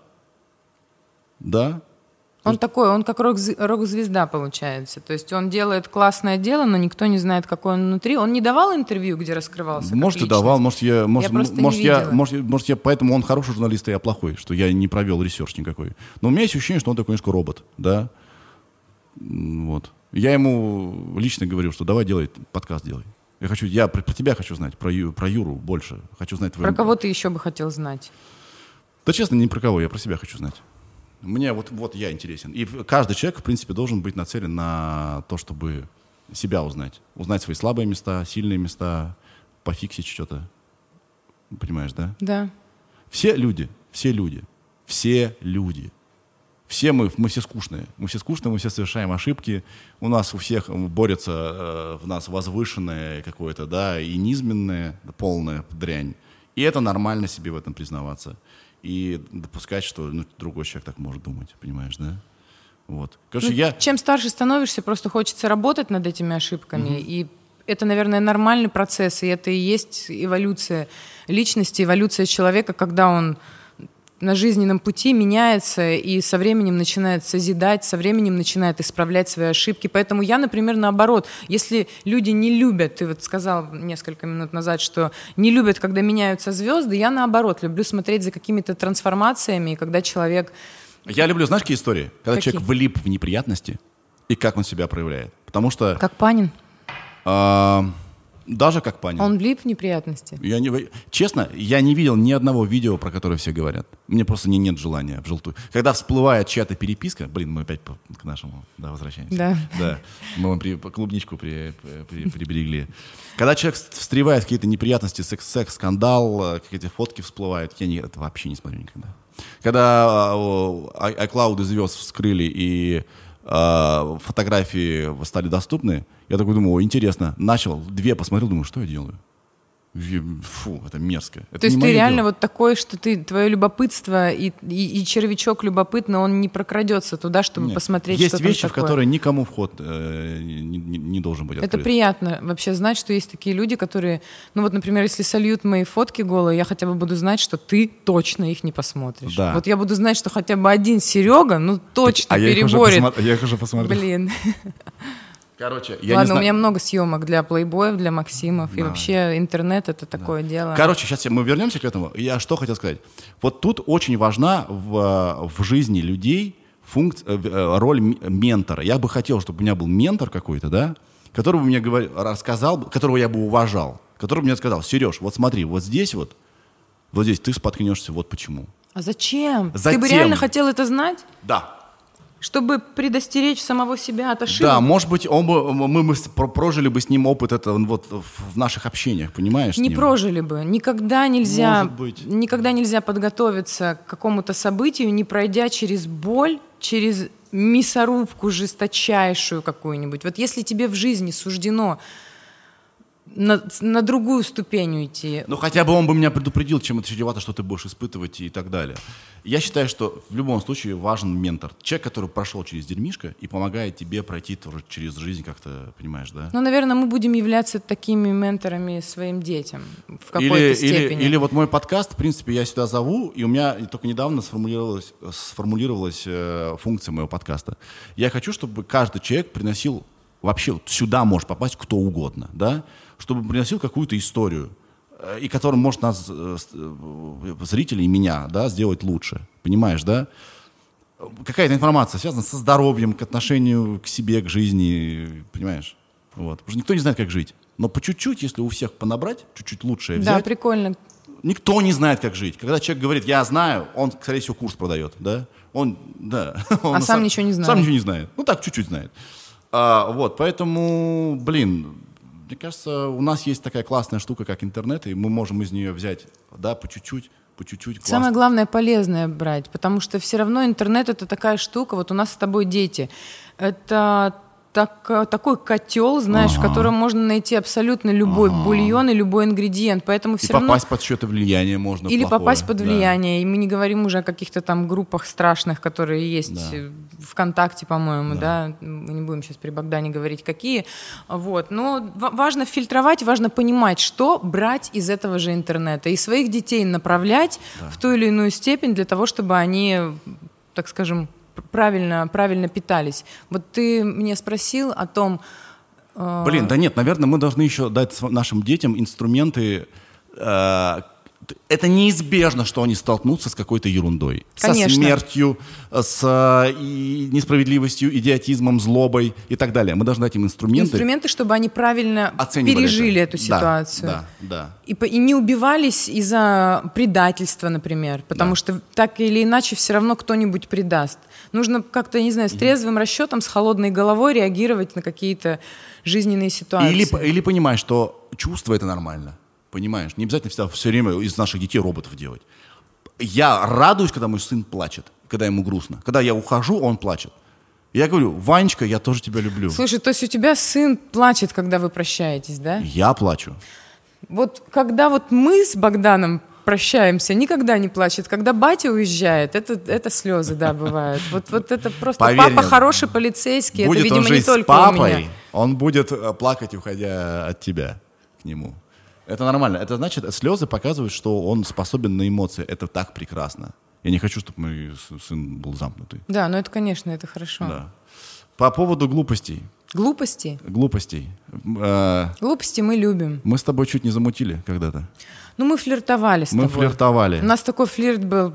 Да. Он такой, он как рок-звезда получается. То есть он делает классное дело, но никто не знает, какой он внутри. Он не давал интервью, где раскрывался? Может, и давал, может, я, может, я просто может, не я, видела. может, может, я поэтому он хороший журналист, а я плохой, что я не провел ресерч никакой. Но у меня есть ощущение, что он такой немножко робот, да. Вот. Я ему лично говорю, что давай делай, подкаст делай. Я хочу, я про, про тебя хочу знать, про, Ю, про Юру больше. Хочу знать твою... Про кого ты еще бы хотел знать? Да честно, не про кого, я про себя хочу знать. Мне вот, вот я интересен. И каждый человек, в принципе, должен быть нацелен на то, чтобы себя узнать. Узнать свои слабые места, сильные места, пофиксить что-то. Понимаешь, да? Да. Все люди, все люди, все люди. Все мы, мы все скучные. Мы все скучные, мы все совершаем ошибки. У нас у всех борется э, в нас возвышенное какое-то, да, и низменное, полная дрянь. И это нормально себе в этом признаваться. И допускать, что ну, другой человек так может думать, понимаешь, да? Вот. Короче, ну, я... Чем старше становишься, просто хочется работать над этими ошибками. Mm-hmm. И это, наверное, нормальный процесс, и это и есть эволюция личности, эволюция человека, когда он на жизненном пути меняется и со временем начинает созидать, со временем начинает исправлять свои ошибки. Поэтому я, например, наоборот, если люди не любят, ты вот сказал несколько минут назад, что не любят, когда меняются звезды, я наоборот люблю смотреть за какими-то трансформациями, и когда человек... Я люблю, знаешь, какие истории? Когда Какие? человек влип в неприятности, и как он себя проявляет. Потому что... Как Панин. Э, даже как Панин. Он влип в неприятности. Я не, честно, я не видел ни одного видео, про которое все говорят. Мне просто не, нет желания в желтую. Когда всплывает чья-то переписка, блин, мы опять по, к нашему, да, возвращаемся. Да. Да, мы вам при, клубничку при, при, приберегли. Когда человек встревает в какие-то неприятности, секс, секс, скандал, какие-то фотки всплывают, я не, это вообще не смотрю никогда. Когда iCloud звезд вскрыли и э, фотографии стали доступны, я такой думаю, о, интересно. Начал, две посмотрел, думаю, что я делаю? Фу, это мерзко. Это То есть ты реально дело. вот такой, что ты, твое любопытство и, и, и червячок любопытный, он не прокрадется туда, чтобы Нет. посмотреть, есть что там вещи, такое. в которые никому вход э, не, не, не должен быть открыт. Это приятно вообще знать, что есть такие люди, которые... Ну вот, например, если сольют мои фотки голые, я хотя бы буду знать, что ты точно их не посмотришь. Да. Вот я буду знать, что хотя бы один Серега, ну точно так, а переборет. Я их, я их уже посмотрел. Блин. Короче, я Ладно, не знаю... у меня много съемок для плейбоев, для Максимов. Да. И вообще интернет — это такое да. дело. Короче, сейчас мы вернемся к этому. Я что хотел сказать. Вот тут очень важна в, в жизни людей функция, роль ментора. Я бы хотел, чтобы у меня был ментор какой-то, да, который бы мне говорил, рассказал, которого я бы уважал, который бы мне сказал: Сереж, вот смотри, вот здесь вот, вот здесь ты споткнешься, вот почему. А зачем? Затем... Ты бы реально хотел это знать? Да. Чтобы предостеречь самого себя от ошибок? Да, может быть, он бы, мы, мы прожили бы с ним опыт это вот в наших общениях, понимаешь? Не прожили бы. Никогда нельзя, Может быть. никогда нельзя подготовиться к какому-то событию, не пройдя через боль, через мясорубку жесточайшую какую-нибудь. Вот если тебе в жизни суждено на, на другую ступень уйти. Ну, хотя бы он бы меня предупредил, чем это чревато, что ты будешь испытывать и так далее. Я считаю, что в любом случае важен ментор. Человек, который прошел через дерьмишко и помогает тебе пройти тоже через жизнь как-то, понимаешь, да? Ну, наверное, мы будем являться такими менторами своим детям в какой-то или, степени. Или, или вот мой подкаст, в принципе, я сюда зову, и у меня только недавно сформулировалась, сформулировалась э, функция моего подкаста. Я хочу, чтобы каждый человек приносил, вообще вот сюда может попасть кто угодно, да? Чтобы приносил какую-то историю, и которым может нас, зрителей, и меня, да, сделать лучше. Понимаешь, да? Какая-то информация связана со здоровьем, к отношению к себе, к жизни, понимаешь? Вот. Потому что никто не знает, как жить. Но по чуть-чуть, если у всех понабрать, чуть-чуть лучшее взять. Да, прикольно. Никто не знает, как жить. Когда человек говорит, я знаю, он, скорее всего, курс продает, да? Он, да. Он а сам, сам ничего не знает. Сам ничего не знает. Ну так, чуть-чуть знает. А, вот, поэтому, блин, мне кажется, у нас есть такая классная штука, как интернет, и мы можем из нее взять, да, по чуть-чуть, по чуть-чуть. Классно. Самое главное, полезное брать, потому что все равно интернет — это такая штука, вот у нас с тобой дети, это так, такой котел, знаешь, ага. в котором можно найти абсолютно любой ага. бульон и любой ингредиент, поэтому все и равно... попасть под чье-то влияние можно. Или плохое. попасть под влияние, да. и мы не говорим уже о каких-то там группах страшных, которые есть да. ВКонтакте, по-моему, да. да, мы не будем сейчас при Богдане говорить, какие, вот, но важно фильтровать, важно понимать, что брать из этого же интернета, и своих детей направлять да. в ту или иную степень для того, чтобы они, так скажем, правильно, правильно питались. Вот ты меня спросил о том... Э... Блин, да нет, наверное, мы должны еще дать нашим детям инструменты. Э, это неизбежно, что они столкнутся с какой-то ерундой. Конечно. Со смертью, с и несправедливостью, идиотизмом, злобой и так далее. Мы должны дать им инструменты. Инструменты, чтобы они правильно пережили это. эту ситуацию. Да, да, да. И, и не убивались из-за предательства, например. Потому да. что так или иначе все равно кто-нибудь предаст. Нужно как-то, не знаю, с трезвым расчетом, с холодной головой реагировать на какие-то жизненные ситуации. Или, или понимать, что чувство — это нормально. Понимаешь? Не обязательно всегда все время из наших детей роботов делать. Я радуюсь, когда мой сын плачет, когда ему грустно. Когда я ухожу, он плачет. Я говорю, Ванечка, я тоже тебя люблю. Слушай, то есть у тебя сын плачет, когда вы прощаетесь, да? Я плачу. Вот когда вот мы с Богданом прощаемся, никогда не плачет. Когда батя уезжает, это, это слезы, да, бывают. Вот, вот это просто Поверь папа мне, хороший полицейский, будет это, видимо, он жить не только с папой, у меня. Он будет плакать, уходя от тебя к нему. Это нормально. Это значит, слезы показывают, что он способен на эмоции. Это так прекрасно. Я не хочу, чтобы мой сын был замкнутый. Да, ну это, конечно, это хорошо. Да. По поводу глупостей. Глупости? Глупостей. Глупости мы любим. Мы с тобой чуть не замутили когда-то. Ну, мы флиртовали с тобой. Мы флиртовали. У нас такой флирт был.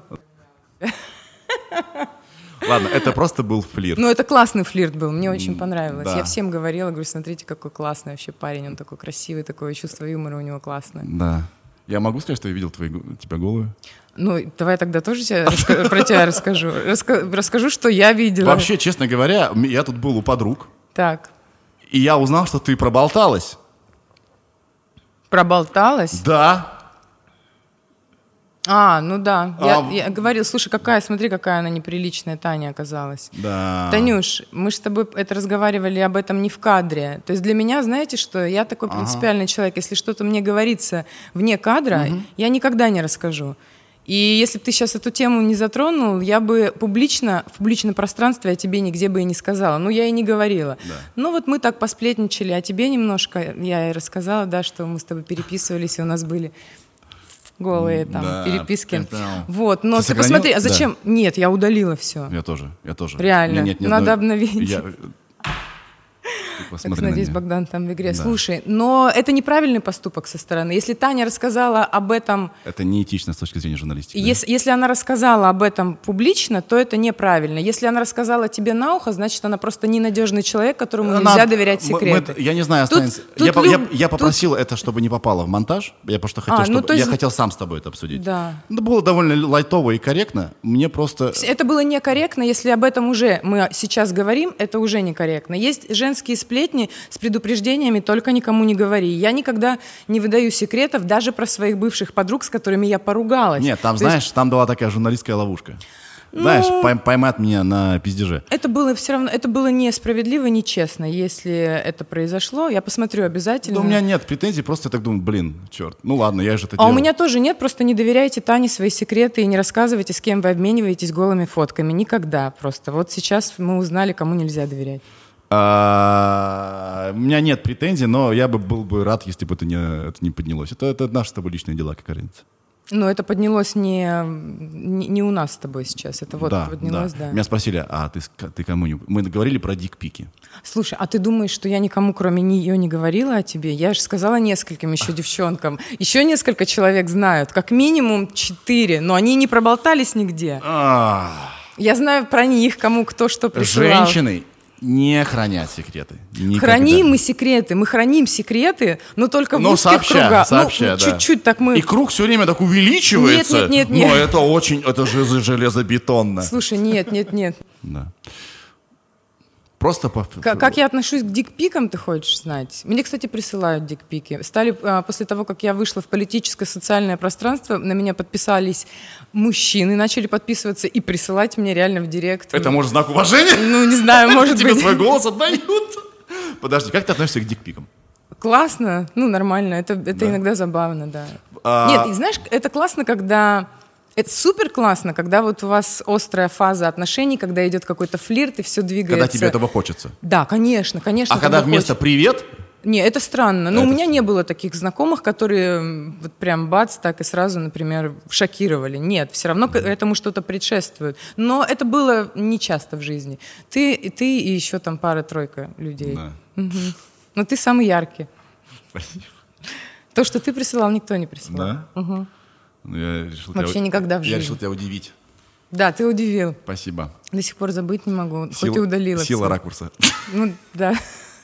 Ладно, это просто был флирт. Ну, это классный флирт был, мне очень понравилось. Да. Я всем говорила, говорю, смотрите, какой классный вообще парень, он такой красивый, такое чувство юмора у него классное. Да. Я могу сказать, что я видел твои, тебя голую? Ну, давай тогда тоже тебе раска- про тебя расскажу. Раска- расскажу, что я видела. Вообще, честно говоря, я тут был у подруг. Так. И я узнал, что ты проболталась. Проболталась? Да. А, ну да. А... Я, я говорил, слушай, какая, смотри, какая она неприличная Таня оказалась. Да. Танюш, мы же с тобой это разговаривали об этом не в кадре. То есть для меня, знаете что, я такой принципиальный ага. человек. Если что-то мне говорится вне кадра, угу. я никогда не расскажу. И если бы ты сейчас эту тему не затронул, я бы публично, в публичном пространстве о тебе нигде бы и не сказала. Ну, я и не говорила. Да. Ну, вот мы так посплетничали, а тебе немножко я и рассказала, да, что мы с тобой переписывались, и у нас были голые там да, переписки. Это... Вот, но ты, ты посмотри, а зачем? Да. Нет, я удалила все. Я тоже, я тоже. Реально, нет, нет, надо одной... обновить. Я... Так, надеюсь, Богдан там в игре. Да. Слушай, но это неправильный поступок со стороны. Если Таня рассказала об этом... Это неэтично с точки зрения журналистики. Если, да? если она рассказала об этом публично, то это неправильно. Если она рассказала тебе на ухо, значит, она просто ненадежный человек, которому она... нельзя доверять секреты. Мы, мы, я не знаю, останется... Тут, тут я, люб... я, я попросил тут... это, чтобы не попало в монтаж. Я просто хотел, а, чтобы... ну, есть... я хотел сам с тобой это обсудить. Да. Это было довольно лайтово и корректно. Мне просто... Это было некорректно. Если об этом уже мы сейчас говорим, это уже некорректно. Есть женские сплетни с предупреждениями, только никому не говори. Я никогда не выдаю секретов даже про своих бывших подруг, с которыми я поругалась. Нет, там, То знаешь, есть... там была такая журналистская ловушка. Знаешь, Ну, пой- поймать меня на пиздеже. Это было все равно, это было несправедливо, нечестно, если это произошло. Я посмотрю обязательно. Да у меня нет претензий, просто я так думаю, блин, черт. Ну ладно, я же это А делал. у меня тоже нет, просто не доверяйте Тане свои секреты и не рассказывайте, с кем вы обмениваетесь голыми фотками. Никогда просто. Вот сейчас мы узнали, кому нельзя доверять. А, у меня нет претензий, но я бы был бы рад, если бы это не, это не поднялось. Это, это наши с тобой личные дела, какая разница. Но это поднялось не, не, не у нас с тобой сейчас. Это вот да, поднялось, да. да. Меня спросили, а ты, ты кому-нибудь... Мы говорили про дикпики. Слушай, а ты думаешь, что я никому, кроме нее, не говорила о тебе? Я же сказала нескольким еще девчонкам. Еще несколько человек знают, как минимум четыре, но они не проболтались нигде. Я знаю про них, кому кто что присылал. Женщины не хранят секреты. Никогда. Храним мы секреты, мы храним секреты, но только в но узких сообща, кругах. сообща, ну, да. чуть-чуть так мы... И круг все время так увеличивается. Нет, нет, нет, нет. Но это очень, это же железобетонно. Слушай, нет, нет, нет. Да. Просто по... Как, как я отношусь к дикпикам, ты хочешь знать? Мне, кстати, присылают дикпики. Стали, а, после того, как я вышла в политическое социальное пространство, на меня подписались мужчины, начали подписываться и присылать мне реально в директ. Это, может, знак уважения? Ну, не знаю, может Тебе быть. свой голос отдают. Подожди, как ты относишься к дикпикам? Классно, ну, нормально. Это, это Да. иногда забавно, да. А- Нет, и знаешь, это классно, когда... Это супер классно, когда вот у вас острая фаза отношений, когда идет какой-то флирт, и все двигается. Когда тебе этого хочется. Да, конечно, конечно. А когда когда вместо хочется. «привет» Не, это странно. Но Это у меня странно. не было таких знакомых, которые м, вот прям бац, так и сразу, например, шокировали. Нет, все равно к этому что-то предшествует. Но это было нечасто в жизни. Ты, и ты и еще там пара-тройка людей. Да. Мгм. Но ты самый яркий. Спасибо. То, что ты присылал, никто не присылал. Да? Мгм. Ну, я решил Вообще тебя... никогда в Я жизни. решил тебя удивить. Да, ты удивил. Спасибо. До сих пор забыть не могу. Сила- Хоть и удалила. Сила всё. ракурса. Ну, да.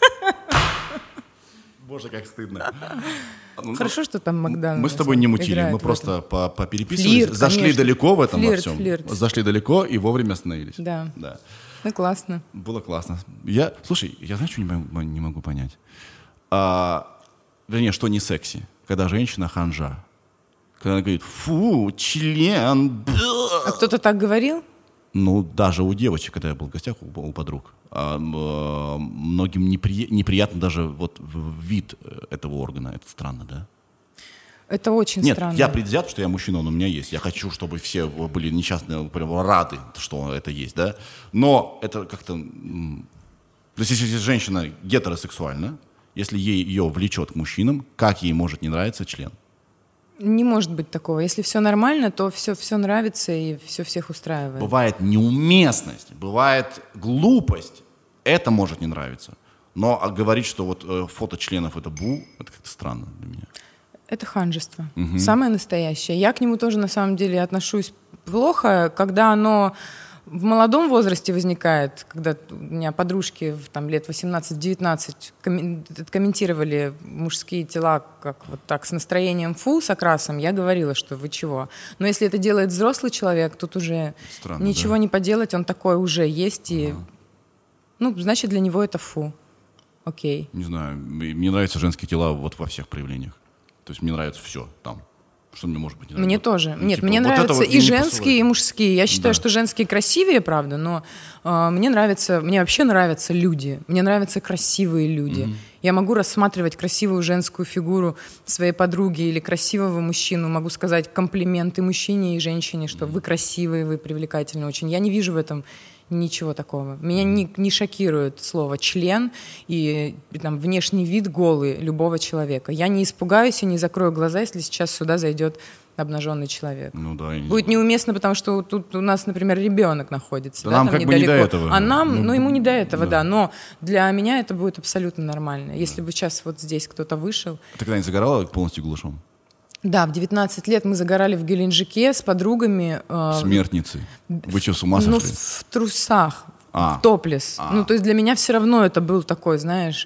Боже, как стыдно. Ну, Хорошо, что там Макдан. Мы с тобой не мутили, играет мы в просто этом. по- попереписывались, Флирт, зашли конечно. далеко в этом во Флирт, всем. флирт. Зашли далеко и вовремя остановились. Да. Да. Ну, классно. Было классно. Я, слушай, я знаю, что не могу, не могу понять. А, вернее, что не секси, когда женщина ханжа. Когда она говорит, фу, член. б». А кто-то так говорил? Ну, даже у девочек, когда я был в гостях у, у подруг, а, м, а, многим непри- неприятно даже вот в- вид э, этого органа. Это странно, да? Это очень Нет, странно. я предвзят, что я мужчина, он у меня есть. Я хочу, чтобы все были несчастны, прям рады, что это есть, да? Но это как-то... м, То есть, если женщина гетеросексуальна, если ей ее влечет к мужчинам, как ей может не нравиться член? Не может быть такого. Если все нормально, то все, все нравится и все всех устраивает. Бывает неуместность, бывает глупость. Это может не нравиться. Но а говорить, что вот э, фото членов это бу, это как-то странно для меня. Это ханжество. Самое настоящее. Я к нему тоже на самом деле отношусь плохо, когда оно в молодом возрасте возникает, когда у меня подружки в там, лет восемнадцать-девятнадцать коммен- комментировали мужские тела как вот так с настроением фу, с окрасом, я говорила, что вы чего. Но если это делает взрослый человек, тут уже Странно, ничего да. не поделать, он такой уже есть, и ну, значит, для него это фу. Окей. Не знаю, м- мне нравятся женские тела вот во всех проявлениях. То есть мне нравится все там. Что мне может быть не Мне нравится? тоже. Ну, Нет, типа, мне вот это нравятся вот и мне не женские, посылай. и мужские. Я считаю, Да. что женские красивее, правда, но э, мне нравится, мне вообще нравятся люди. Мне нравятся красивые люди. Мгм. Я могу рассматривать красивую женскую фигуру своей подруги или красивого мужчину, могу сказать комплименты мужчине и женщине, что вы красивые, вы привлекательны очень. Я не вижу в этом ничего такого. Меня не, не шокирует слово «член» и, и там, внешний вид голый любого человека. Я не испугаюсь и не закрою глаза, если сейчас сюда зайдет обнаженный человек. Ну да. я не Будет знаю. неуместно, потому что тут у нас, например, ребенок находится. Да Да, нам там как бы не недалеко. до этого. А нам, Ну, ну, ему не до этого, да. да. Но для меня это будет абсолютно нормально. Если бы сейчас вот здесь кто-то вышел. Ты когда-нибудь загорала полностью голышом? Да, в девятнадцать лет мы загорали в Геленджике с подругами. э, Смертницы. Вы что, с ума Ну, сошли? в трусах, А. в топлес. А. Ну, то есть для меня все равно это был такой, знаешь,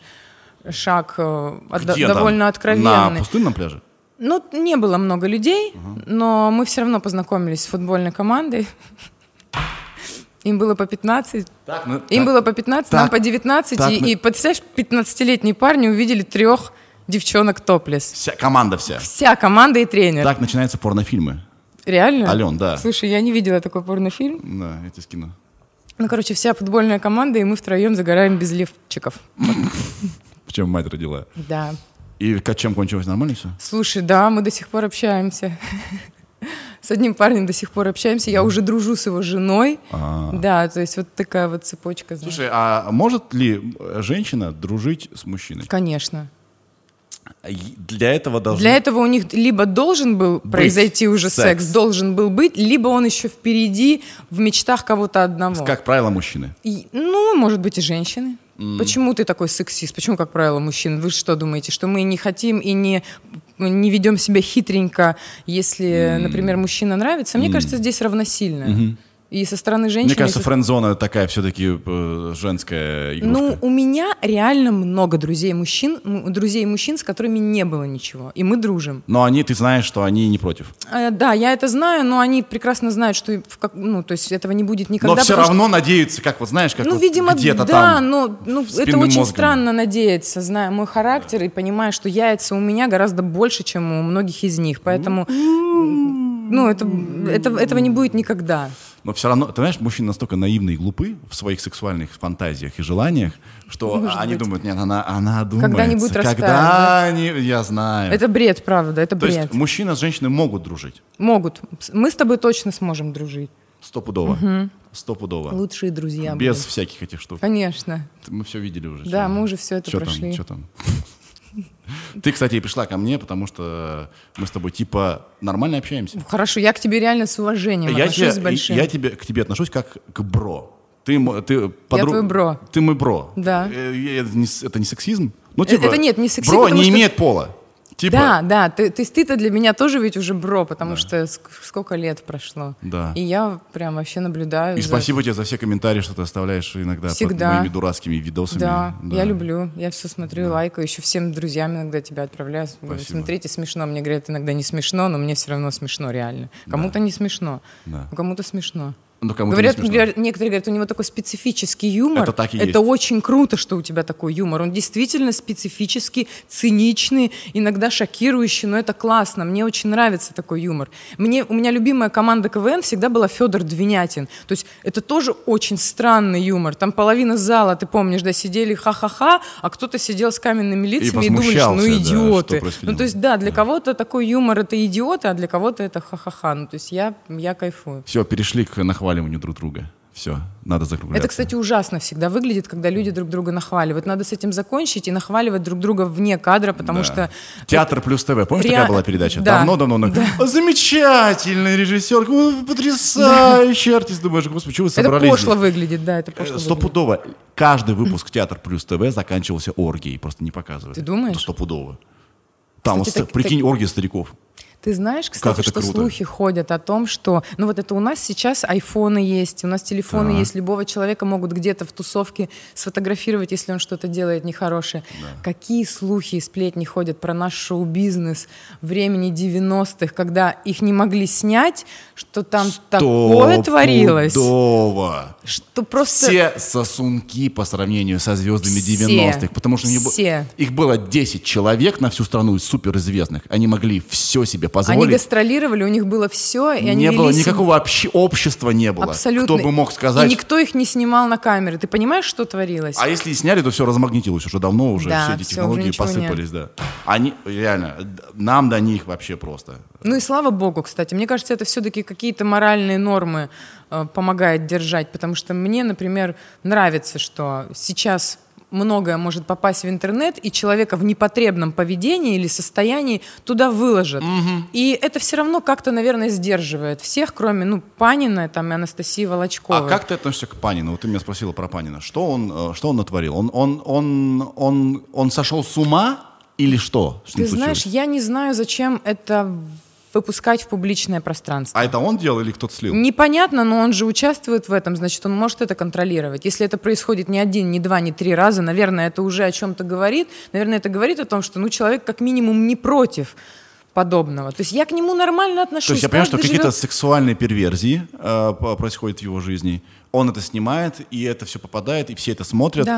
шаг э, отда- Где довольно там? откровенный. На пустынном пляже? Ну, не было много людей, но мы все равно познакомились с футбольной командой. Им было по пятнадцать. Так, ну, Им так. было по пятнадцать, Так. нам по девятнадцать. Так, и, ну- и, представляешь, пятнадцатилетние парни увидели трех девчонок топлес. Вся команда вся. Вся команда и тренер. Так начинаются порнофильмы. Реально? Ален, да. Слушай, я не видела такой порнофильм. Да, я тебе скину. Ну, короче, вся футбольная команда, и мы втроем загораем без лифчиков. В чем мать родила. Да. И как, чем кончилось? Нормально все? Слушай, да, мы до сих пор общаемся. С одним парнем до сих пор общаемся. Я уже дружу с его женой. А-а-а. Да, то есть вот такая вот цепочка. Знаешь. Слушай, а может ли женщина дружить с мужчиной? Конечно. Для этого должен... Для этого у них либо должен был быть произойти уже секс. секс, должен был быть, либо он еще впереди в мечтах кого-то одного. Как правило, мужчины. И, ну, может быть, и женщины. Mm. Почему ты такой сексист? Почему, как правило, мужчин? Вы что думаете, что мы не хотим и не, не ведем себя хитренько, если, mm. например, мужчина нравится? Мне mm. кажется, здесь равносильно. Mm-hmm. И со стороны женщины... Мне кажется, со... френд-зона такая все-таки э, женская игрушка. Ну, у меня реально много друзей мужчин, друзей мужчин, с которыми не было ничего. И мы дружим. Но они, ты знаешь, что они не против. А, да, я это знаю, но они прекрасно знают, что в как, ну, то есть этого не будет никогда. Но все равно что... надеются, как вот знаешь, как ну, вот видимо, где-то да, там. но ну, это очень мозгом. Странно надеяться, зная мой характер и понимая, что яйца у меня гораздо больше, чем у многих из них. Поэтому ну, это, это, этого не будет никогда. Но все равно, ты знаешь, мужчины настолько наивны и глупы в своих сексуальных фантазиях и желаниях, что Может они быть. думают, нет, она, она думает. Когда-нибудь расставят. Когда они, я знаю. Это бред, правда, это То бред. То есть мужчина с женщиной могут дружить? Могут. Мы с тобой точно сможем дружить. Стопудово. Угу. Стопудово. Лучшие друзья. Без будут. всяких этих штук. Конечно. Мы все видели уже. Да, мы уже все это что прошли. Там, что там? Ты, кстати, пришла ко мне, потому что мы с тобой типа нормально общаемся. Хорошо, я к тебе реально с уважением я отношусь тебе, с большим. Я тебе, к тебе отношусь как к бро. Ты, ты подруг... Я твой бро. Ты мой бро. Да. Это не, это не сексизм? Ну, типа, это нет, не сексизм. Бро не что... имеет пола. Типа... Да, да, ты, ты, ты-то для меня тоже ведь уже бро, потому да. что сколько лет прошло. Да. И я прям вообще наблюдаю. И за... спасибо тебе за все комментарии, что ты оставляешь иногда Всегда. под моими дурацкими видосами. Да, да. Я люблю, я все смотрю, да. лайкаю, еще всем друзьям иногда тебя отправляю. Говорю, смотрите, смешно. Мне говорят, иногда не смешно, но мне все равно смешно, реально. Кому-то да. не смешно, да. а кому-то смешно. Ну, говорят, говорят, некоторые говорят, у него такой специфический юмор. Это так и Это есть. очень круто, что у тебя такой юмор. Он действительно специфический, циничный, иногда шокирующий, но это классно. Мне очень нравится такой юмор. Мне, у меня любимая команда КВН всегда была Федор Двинятин. То есть это тоже очень странный юмор. Там половина зала, ты помнишь, да, сидели ха-ха-ха, а кто-то сидел с каменными лицами и, и думаешь, ну идиоты. Да, ну то есть да, для да. кого-то такой юмор это идиоты, а для кого-то это ха-ха-ха. Ну то есть я, я кайфую. Все, перешли к нахваливанию друг друга. Все, надо закругляться. Это, кстати, ужасно всегда выглядит, когда люди друг друга нахваливают. Надо с этим закончить и нахваливать друг друга вне кадра, потому да. что... Театр плюс ТВ. Помнишь, Ре... такая была передача? Да. Давно-давно. Да. Замечательный режиссер, потрясающий да. артист. Думаешь, господи, чего вы собрались? Это пошло здесь? Выглядит, да, это пошло Стопудово. Выглядит. Каждый выпуск Театр плюс ТВ заканчивался оргией. Просто не показывают. Ты думаешь? Это стопудово. Там, кстати, вот, так, прикинь, так... оргия стариков. Ты знаешь, кстати, что круто. Слухи ходят о том, что... Ну вот это у нас сейчас айфоны есть, у нас телефоны ага. есть, любого человека могут где-то в тусовке сфотографировать, если он что-то делает нехорошее. Да. Какие слухи и сплетни ходят про наш шоу-бизнес времени девяностых, когда их не могли снять, что там такое творилось. Стопудово. Что просто... Все сосунки по сравнению со звездами Все. девяностых, потому что Все. их было десять человек на всю страну суперизвестных, они могли все себе позволить. Они гастролировали, у них было все, и они не вели было себя... никакого общ... общества не было. Абсолютно. Кто бы мог сказать? И никто их не снимал на камеры. Ты понимаешь, что творилось? А если и сняли, то все размагнитилось уже давно, уже да, все эти все, технологии посыпались, нет. да. Они реально, нам до них вообще просто. Ну и слава богу, кстати. Мне кажется, это все-таки какие-то моральные нормы э, помогает держать, потому что мне, например, нравится, что сейчас многое может попасть в интернет, и человека в непотребном поведении или состоянии туда выложат. Угу. И это все равно как-то, наверное, сдерживает всех, кроме ну, Панина там, и Анастасии Волочковой. А как ты относишься к Панину? Вот ты меня спросила про Панина. Что он, что он натворил? Он, он, он, он, он сошел с ума или что? Что ты знаешь, я не знаю, зачем это... выпускать в публичное пространство. А это он делал или кто-то слил? Непонятно, но он же участвует в этом, значит, он может это контролировать. Если это происходит не один, не два, не три раза, наверное, это уже о чем-то говорит. Наверное, это говорит о том, что ну, человек как минимум не против подобного. То есть я к нему нормально отношусь. То есть я понимаю, что живет... какие-то сексуальные перверзии э, происходят в его жизни. Он это снимает, и это все попадает, и все это смотрят. Да.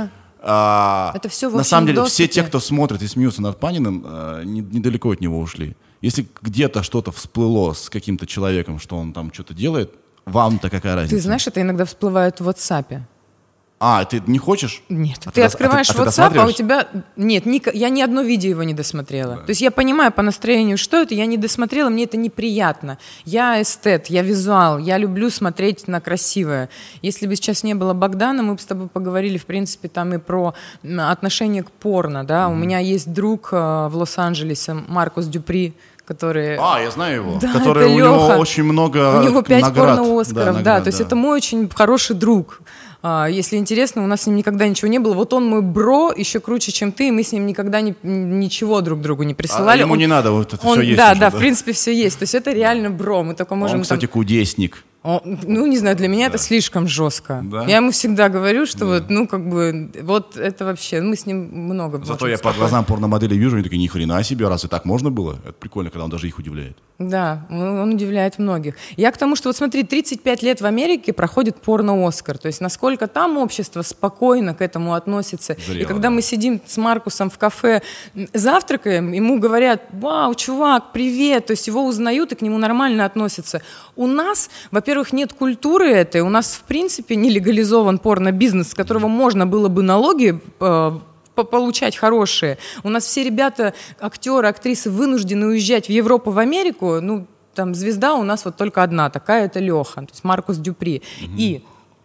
А, это все в на самом деле, доступе. все те, кто смотрит и смеются над Паниным, а, не, недалеко от него ушли. Если где-то что-то всплыло с каким-то человеком, что он там что-то делает, вам-то какая разница? Ты знаешь, это иногда всплывает в WhatsApp. А, ты не хочешь? Нет. А ты, ты открываешь а ты, а ты WhatsApp, а у тебя... Нет, ни... я ни одно видео его не досмотрела. Да. То есть я понимаю по настроению, что это, я не досмотрела, мне это неприятно. Я эстет, я визуал, я люблю смотреть на красивое. Если бы сейчас не было Богдана, мы бы с тобой поговорили, в принципе, там и про отношение к порно, да. Mm-hmm. У меня есть друг в Лос-Анджелесе, Маркус Дюпри, который... А, я знаю его. Да, который у Леха. него очень много У него пять наград. порно-оскаров, да, да. То есть да. это мой очень хороший друг. А, если интересно, у нас с ним никогда ничего не было. Вот он мой бро, еще круче, чем ты, и мы с ним никогда не, ничего друг другу не присылали. А ему он, не надо, вот это он, все есть. Да, уже, да, да, в принципе, все есть. То есть это реально бро. Мы только можем... Он, кстати, там... кудесник. Он, ну, не знаю, для меня да. это слишком жестко. Да? Я ему всегда говорю, что да. вот, ну, как бы, вот это вообще, мы с ним много... Зато я спокойно. По глазам порномоделей вижу, они такие, ни хрена себе, раз и так можно было. Это прикольно, когда он даже их удивляет. Да, он удивляет многих. Я к тому, что вот смотри, тридцать пять лет в Америке проходит порно-Оскар. То есть насколько там общество спокойно к этому относится. Зрело, и когда да. мы сидим с Маркусом в кафе, завтракаем, ему говорят: вау, чувак, привет. То есть его узнают и к нему нормально относятся. У нас, во-первых, нет культуры этой. У нас, в принципе, не легализован порно-бизнес, с которого можно было бы налоги э, получать хорошие. У нас все ребята, актеры, актрисы вынуждены уезжать в Европу, в Америку. Ну, там звезда у нас вот только одна такая, это Леха, то есть Маркус Дюпри. Mm-hmm. И,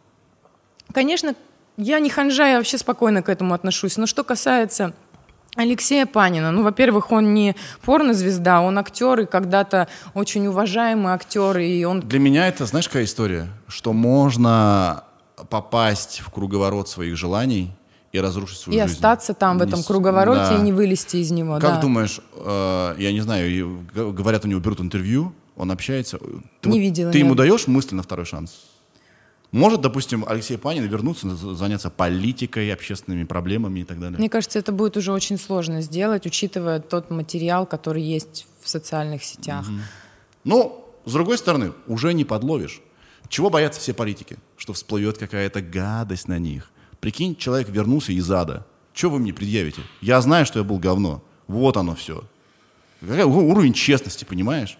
конечно, я не ханжа, я вообще спокойно к этому отношусь. Но что касается Алексея Панина, ну, во-первых, он не порнозвезда, он актер и когда-то очень уважаемый актер. И он... Для меня это, знаешь, какая история? Что можно попасть в круговорот своих желаний и разрушить свою и жизнь. И остаться там, в этом круговороте, да. и не вылезти из него. Как да. думаешь, э, я не знаю, говорят, у него берут интервью, он общается. Ты, не вот, видела. Ты нет. ему даешь мысли на второй шанс? Может, допустим, Алексей Панин вернуться, заняться политикой, общественными проблемами и так далее? Мне кажется, это будет уже очень сложно сделать, учитывая тот материал, который есть в социальных сетях. Угу. Ну, с другой стороны, уже не подловишь. Чего боятся все политики? Что всплывет какая-то гадость на них. Прикинь, человек вернулся из ада. Что вы мне предъявите? Я знаю, что я был говно. Вот оно все. Какой уровень честности, понимаешь?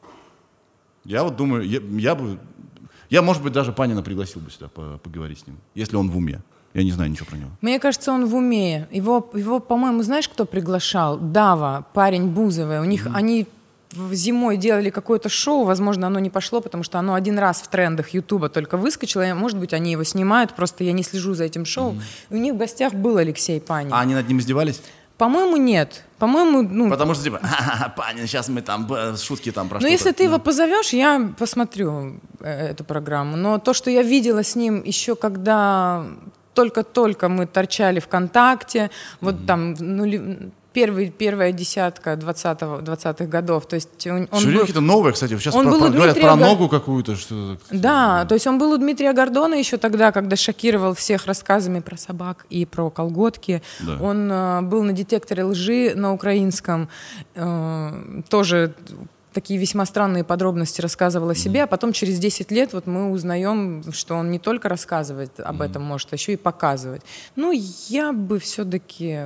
Я вот думаю, я, я бы... Я, может быть, даже Панина пригласил бы сюда поговорить с ним, если он в уме. Я не знаю ничего про него. Мне кажется, он в уме. Его, его по-моему, знаешь, кто приглашал? Дава, парень Бузовой. У них, mm-hmm. они зимой делали какое-то шоу, возможно, оно не пошло, потому что оно один раз в трендах Ютуба только выскочило. Может быть, они его снимают, просто я не слежу за этим шоу. Mm-hmm. И у них в гостях был Алексей Панин. А они над ним издевались? По-моему, нет. По-моему, ну... Потому что, типа, Панин, сейчас мы там, шутки там про что-то. Ну, если ты да. его позовешь, я посмотрю эту программу. Но то, что я видела с ним еще когда только-только мы торчали ВКонтакте, вот mm-hmm. там, ну, первый, первая десятка двадцатых годов. То есть он, он Все был... какие-то новые, кстати. Сейчас он про, был про, говорят Дмитрия про Гор... ногу какую-то. Что... Да, то есть он был у Дмитрия Гордона еще тогда, когда шокировал всех рассказами про собак и про колготки. Да. Он э, был на детекторе лжи на украинском. Э, тоже такие весьма странные подробности рассказывал о себе. Mm-hmm. А потом через десять лет вот мы узнаем, что он не только рассказывает об mm-hmm. этом может, а еще и показывать. Ну, я бы все-таки...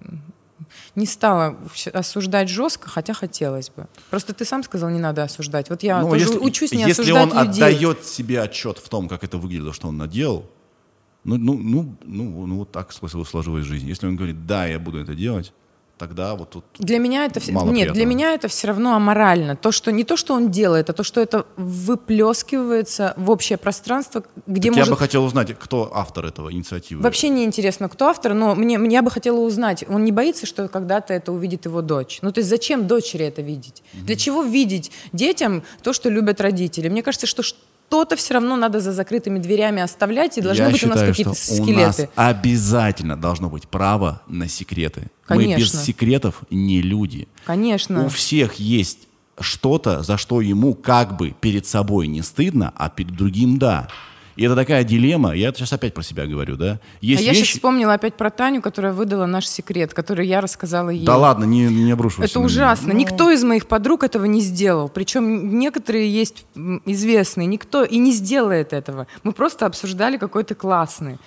не стала осуждать жестко, хотя хотелось бы. Просто ты сам сказал, не надо осуждать. Вот я ну, тоже если, учусь не если осуждать он людей. отдает себе отчет в том, как это выглядело, что он наделал, ну, ну, ну, ну, ну вот так сложилась жизнь. Если он говорит, да, я буду это делать, тогда вот тут для меня это мало нет, приятного. Для меня это все равно аморально. То, что не то, что он делает, а то, что это выплескивается в общее пространство, где так может... Я бы хотел узнать, кто автор этого инициативы. Вообще не интересно, кто автор, но мне, мне я бы хотела узнать, он не боится, что когда-то это увидит его дочь? Ну, то есть зачем дочери это видеть? Mm-hmm. Для чего видеть детям то, что любят родители? Мне кажется, что что-то все равно надо за закрытыми дверями оставлять, и должны Я быть считаю, у нас какие-то что скелеты. У нас обязательно должно быть право на секреты. Конечно. Мы без секретов не люди. Конечно. У всех есть что-то, за что ему как бы перед собой не стыдно, а перед другим да. И это такая дилемма, я сейчас опять про себя говорю, да? Есть а вещи... я сейчас вспомнила опять про Таню, которая выдала наш секрет, который я рассказала ей. Да ладно, не, не обрушивайся. Это ужасно. Но... Никто из моих подруг этого не сделал. Причем некоторые есть известные. Никто и не сделает этого. Мы просто обсуждали какой-то классный.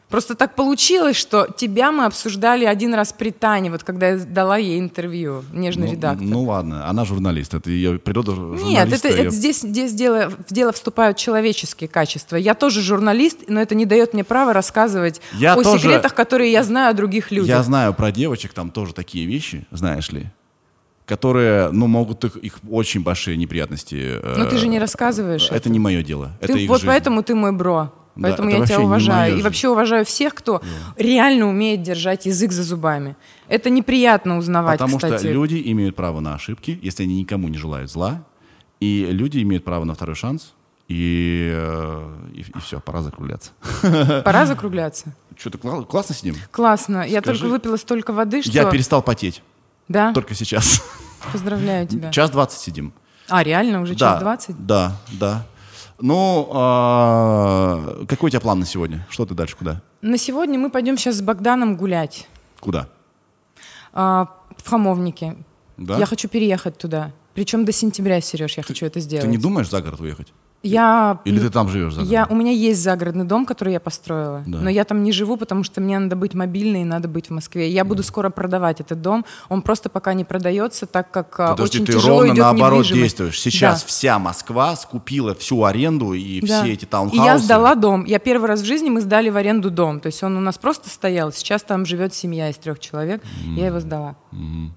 Просто так получилось, что тебя мы обсуждали один раз при Тане, вот когда я дала ей интервью, нежный ну, редактор. Ну ладно, она журналист, это ее природа журналиста. Нет, это, ее... это здесь, здесь дело, в дело вступают человеческие качества. Я тоже журналист, но это не дает мне права рассказывать я о тоже... секретах, которые я знаю о других людях. Я знаю про девочек, там тоже такие вещи, знаешь ли, которые, ну, могут их, их очень большие неприятности. Но ты же не рассказываешь. Это, это не мое дело. Ты, это их вот жизнь. Поэтому ты мой бро. Поэтому да, я тебя уважаю. И вообще уважаю всех, кто да. реально умеет держать язык за зубами. Это неприятно узнавать, Потому кстати. что люди имеют право на ошибки, если они никому не желают зла. И люди имеют право на второй шанс. И, и, и все, пора закругляться. Пора закругляться. Что, ты классно сидим? Классно. Я Скажи. только выпила столько воды, что... Я перестал потеть. Да? Только сейчас. Поздравляю тебя. Час двадцать сидим. А, реально? Уже час двадцать? Да, да. Ну, а, какой у тебя план на сегодня? Что ты дальше, куда? На сегодня мы пойдем сейчас с Богданом гулять. Куда? А, в Хамовнике. Да? Я хочу переехать туда. Причем до сентября, Сереж, я ты, хочу это сделать. Ты не думаешь за город уехать? Я, Или ты там живешь за городом? Я, у меня есть загородный дом, который я построила, да. но я там не живу, потому что мне надо быть мобильной и надо быть в Москве. Я буду скоро продавать этот дом, он просто пока не продается, так как Подожди, очень ты тяжело ровно идет наоборот недвижимость. Действуешь. Сейчас да. вся Москва скупила всю аренду и да. все эти таунхаусы. И я сдала дом. Я первый раз в жизни мы сдали в аренду дом. То есть он у нас просто стоял. Сейчас там живет семья из трех человек. Mm. Я его сдала. Mm.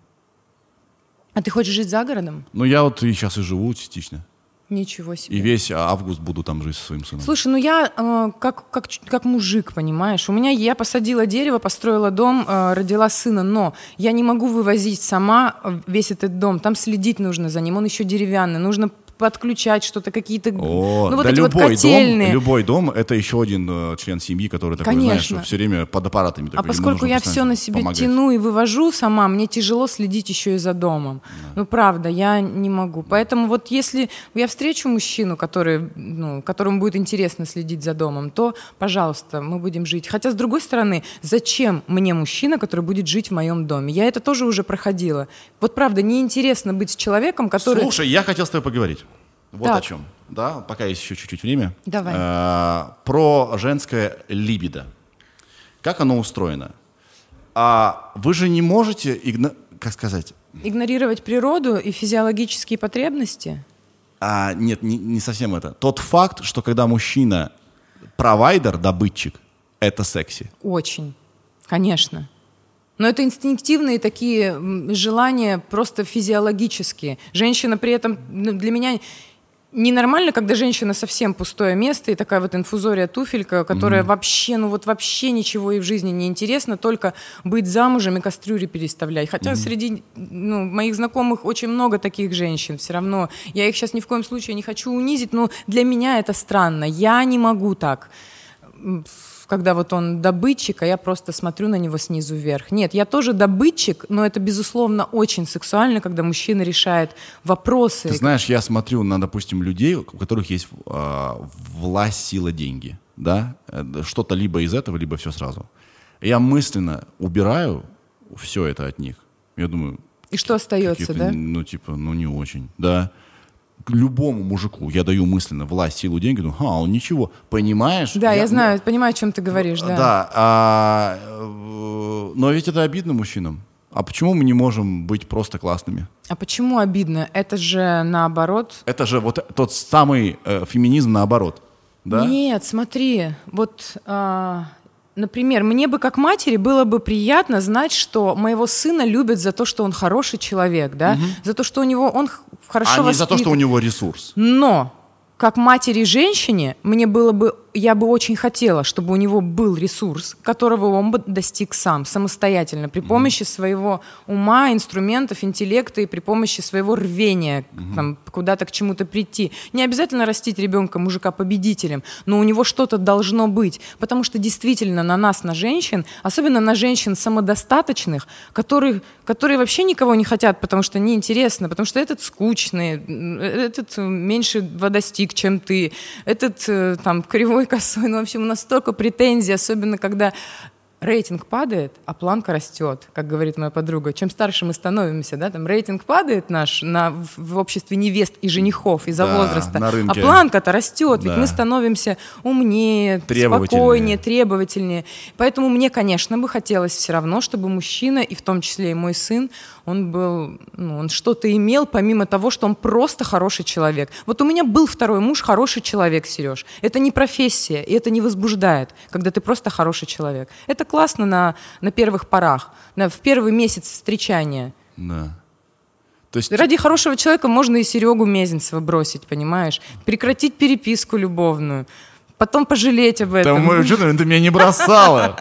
А ты хочешь жить за городом? Ну я вот и сейчас и живу частично. Ничего себе. И весь август буду там жить со своим сыном. Слушай, ну я э, как, как, как мужик, понимаешь? У меня я посадила дерево, построила дом, э, родила сына, но я не могу вывозить сама весь этот дом. Там следить нужно за ним, он еще деревянный, нужно подключать что-то, какие-то О, ну, вот да эти любой вот котельные. Дом, любой дом — это еще один э, член семьи, который такой, Конечно. знаешь, все время под аппаратами. А поскольку я все на себе помогать. тяну и вывожу сама, мне тяжело следить еще и за домом. Да. Ну, правда, я не могу. Поэтому вот если я встречу мужчину, который, ну, которому будет интересно следить за домом, то, пожалуйста, мы будем жить. Хотя, с другой стороны, зачем мне мужчина, который будет жить в моем доме? Я это тоже уже проходила. Вот правда, неинтересно быть с человеком, который... Слушай, я хотел с тобой поговорить. Вот так. о чем. Да, пока есть еще чуть-чуть время. Давай. Э, про женское либидо. Как оно устроено? А вы же не можете, игно... как сказать? Игнорировать природу и физиологические потребности? А, нет, не, не совсем это. Тот факт, что когда мужчина провайдер, добытчик, это секси. Очень. Конечно. Но это инстинктивные такие желания, просто физиологические. Женщина при этом, ну, для меня ненормально, когда женщина совсем пустое место и такая вот инфузория туфелька, которая mm-hmm. вообще, ну вот вообще ничего ей в жизни не интересно, только быть замужем и кастрюли переставлять. Хотя mm-hmm. среди ну, моих знакомых очень много таких женщин. Все равно я их сейчас ни в коем случае не хочу унизить, но для меня это странно. Я не могу так. Когда вот он добытчик, а я просто смотрю на него снизу вверх. Нет, я тоже добытчик, но это, безусловно, очень сексуально, когда мужчина решает вопросы. Ты знаешь, я смотрю на, допустим, людей, у которых есть э, власть, сила, деньги. Да? Что-то либо из этого, либо все сразу. Я мысленно убираю все это от них. Я думаю... И что остается, да? Ну, типа, ну, не очень. Да. Любому мужику я даю мысленно власть, силу, деньги, думаю, а, он ничего, понимаешь? Да, я, я знаю, понимаю, о чем ты говоришь, да. Да, а, но ведь это обидно мужчинам. А почему мы не можем быть просто классными? А почему обидно? Это же наоборот. Это же вот тот самый э, феминизм наоборот, да? Нет, смотри, вот... А... Например, мне бы как матери было бы приятно знать, что моего сына любят за то, что он хороший человек, да, угу. за то, что у него он хорошо воспитан. А не за то, что у него ресурс. Но как матери женщине мне было бы, я бы очень хотела, чтобы у него был ресурс, которого он бы достиг сам, самостоятельно, при помощи mm-hmm. своего ума, инструментов, интеллекта и при помощи своего рвения mm-hmm. там, куда-то к чему-то прийти. Не обязательно растить ребенка, мужика победителем, но у него что-то должно быть, потому что действительно на нас, на женщин, особенно на женщин самодостаточных, которые, которые вообще никого не хотят, потому что неинтересно, потому что этот скучный, этот меньше водостиг, чем ты, этот там кривой, косой, ну, в общем, у нас столько претензий, особенно когда рейтинг падает, а планка растет, как говорит моя подруга. Чем старше мы становимся, да, там рейтинг падает наш на, в, в обществе невест и женихов из-за да, возраста, на рынке. А планка-то растет, да. ведь мы становимся умнее, спокойнее, требовательнее. Поэтому мне, конечно, бы хотелось все равно, чтобы мужчина, и в том числе и мой сын, он был, ну, он что-то имел, помимо того, что он просто хороший человек. Вот у меня был второй муж хороший человек, Сереж. Это не профессия, и это не возбуждает, когда ты просто хороший человек. Это классно на, на первых порах, на, в первый месяц встречания. Да. То есть... Ради хорошего человека можно и Серегу Мезенцева бросить, понимаешь? Прекратить переписку любовную, потом пожалеть об этом. Там, что ты меня не бросала.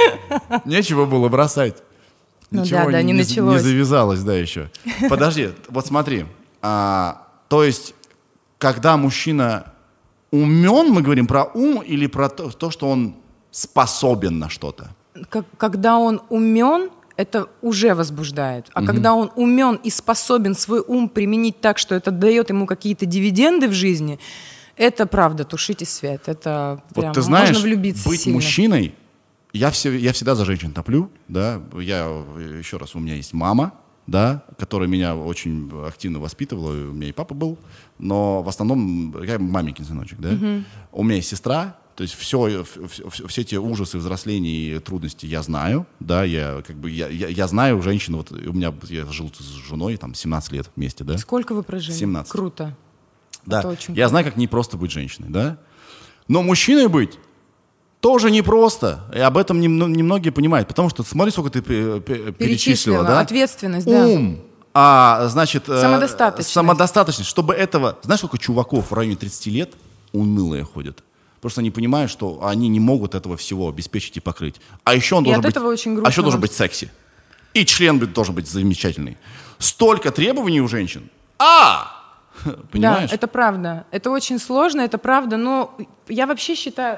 Нечего было бросать. Ну Ничего да, да, не, не началось. Не завязалось, да, еще. Подожди, вот смотри. А, то есть, когда мужчина умен, мы говорим про ум или про то, то что он способен на что-то? Как, когда он умен, это уже возбуждает. А угу. когда он умен и способен свой ум применить так, что это дает ему какие-то дивиденды в жизни, это правда, тушите свет. Это вот прям, ты знаешь, можно влюбиться быть сильно. мужчиной, я, все, я всегда за женщин топлю, да, я, еще раз, у меня есть мама, да, которая меня очень активно воспитывала, у меня и папа был, но в основном я маменькин сыночек, да, угу. у меня есть сестра, то есть все, все, все эти ужасы взросления и трудности я знаю, да, я как бы, я, я, я знаю женщину, вот у меня, я жил с женой, там, семнадцать лет вместе, да. Сколько вы прожили? семнадцать. Круто. Да, это очень я круто. знаю, как непросто быть женщиной, да, но мужчиной быть тоже непросто, и об этом немногие понимают, потому что смотри, сколько ты перечислила, перечислила, да? Ответственность, да. Ум, а, значит, самодостаточность. самодостаточность. Чтобы этого, знаешь, сколько чуваков в районе тридцати лет унылые ходят? Просто они понимают, что они не могут этого всего обеспечить и покрыть. А еще он и должен от быть, этого очень грустно. а еще должен быть секси. И член должен быть замечательный. Столько требований у женщин. А! Понимаешь? Да, это правда. Это очень сложно, это правда, но я вообще считаю,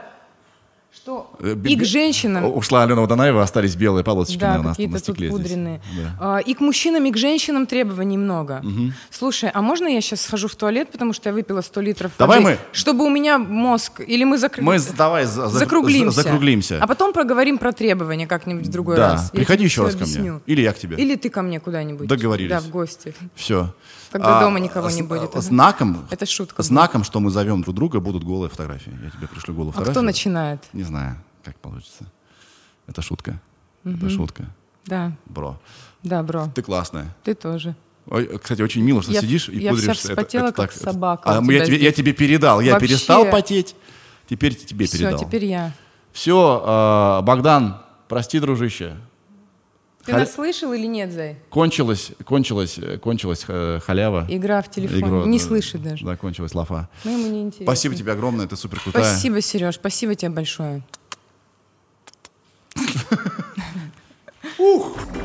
что и к женщинам... Ушла Алена Водонаева, остались белые полосочки да, на нас какие-то на стекле тут пудренные. Да. И к мужчинам, и к женщинам требований много. Угу. Слушай, а можно я сейчас схожу в туалет, потому что я выпила сто литров давай воды, мы... чтобы у меня мозг... Или мы, закр... мы давай за... закруглимся. закруглимся. А потом проговорим про требования как-нибудь в другой да. раз. Приходи я еще раз объясню. ко мне. Или я к тебе. Или ты ко мне куда-нибудь. Договорились. Да, в гости. Все. Когда а, дома никого с, не будет. Знаком, это шутка. Знаком, что мы зовем друг друга, будут голые фотографии. Я тебе пришлю голую а фотографию. А кто начинает? Не знаю, как получится. Это шутка. Угу. Это шутка. Да. Бро. Да, бро. Ты классная. Ты тоже. Ой, кстати, очень мило, что я, сидишь и я пудришься. Я вся вспотела, это, это как так, собака. А я тебе, я тебе передал. Я Вообще. перестал потеть, теперь тебе Все, передал. Все, теперь я. Все, э, Богдан, прости, дружище. Ты Халь... нас слышал или нет, Зай? Кончилась, кончилась, кончилась э, халява. Игра в телефон. Игра, не да, слышит даже. Да, кончилась лафа. Ну, ему не интересно. Спасибо тебе огромное, ты супер крутая. Спасибо, Сереж, спасибо тебе большое. Ух!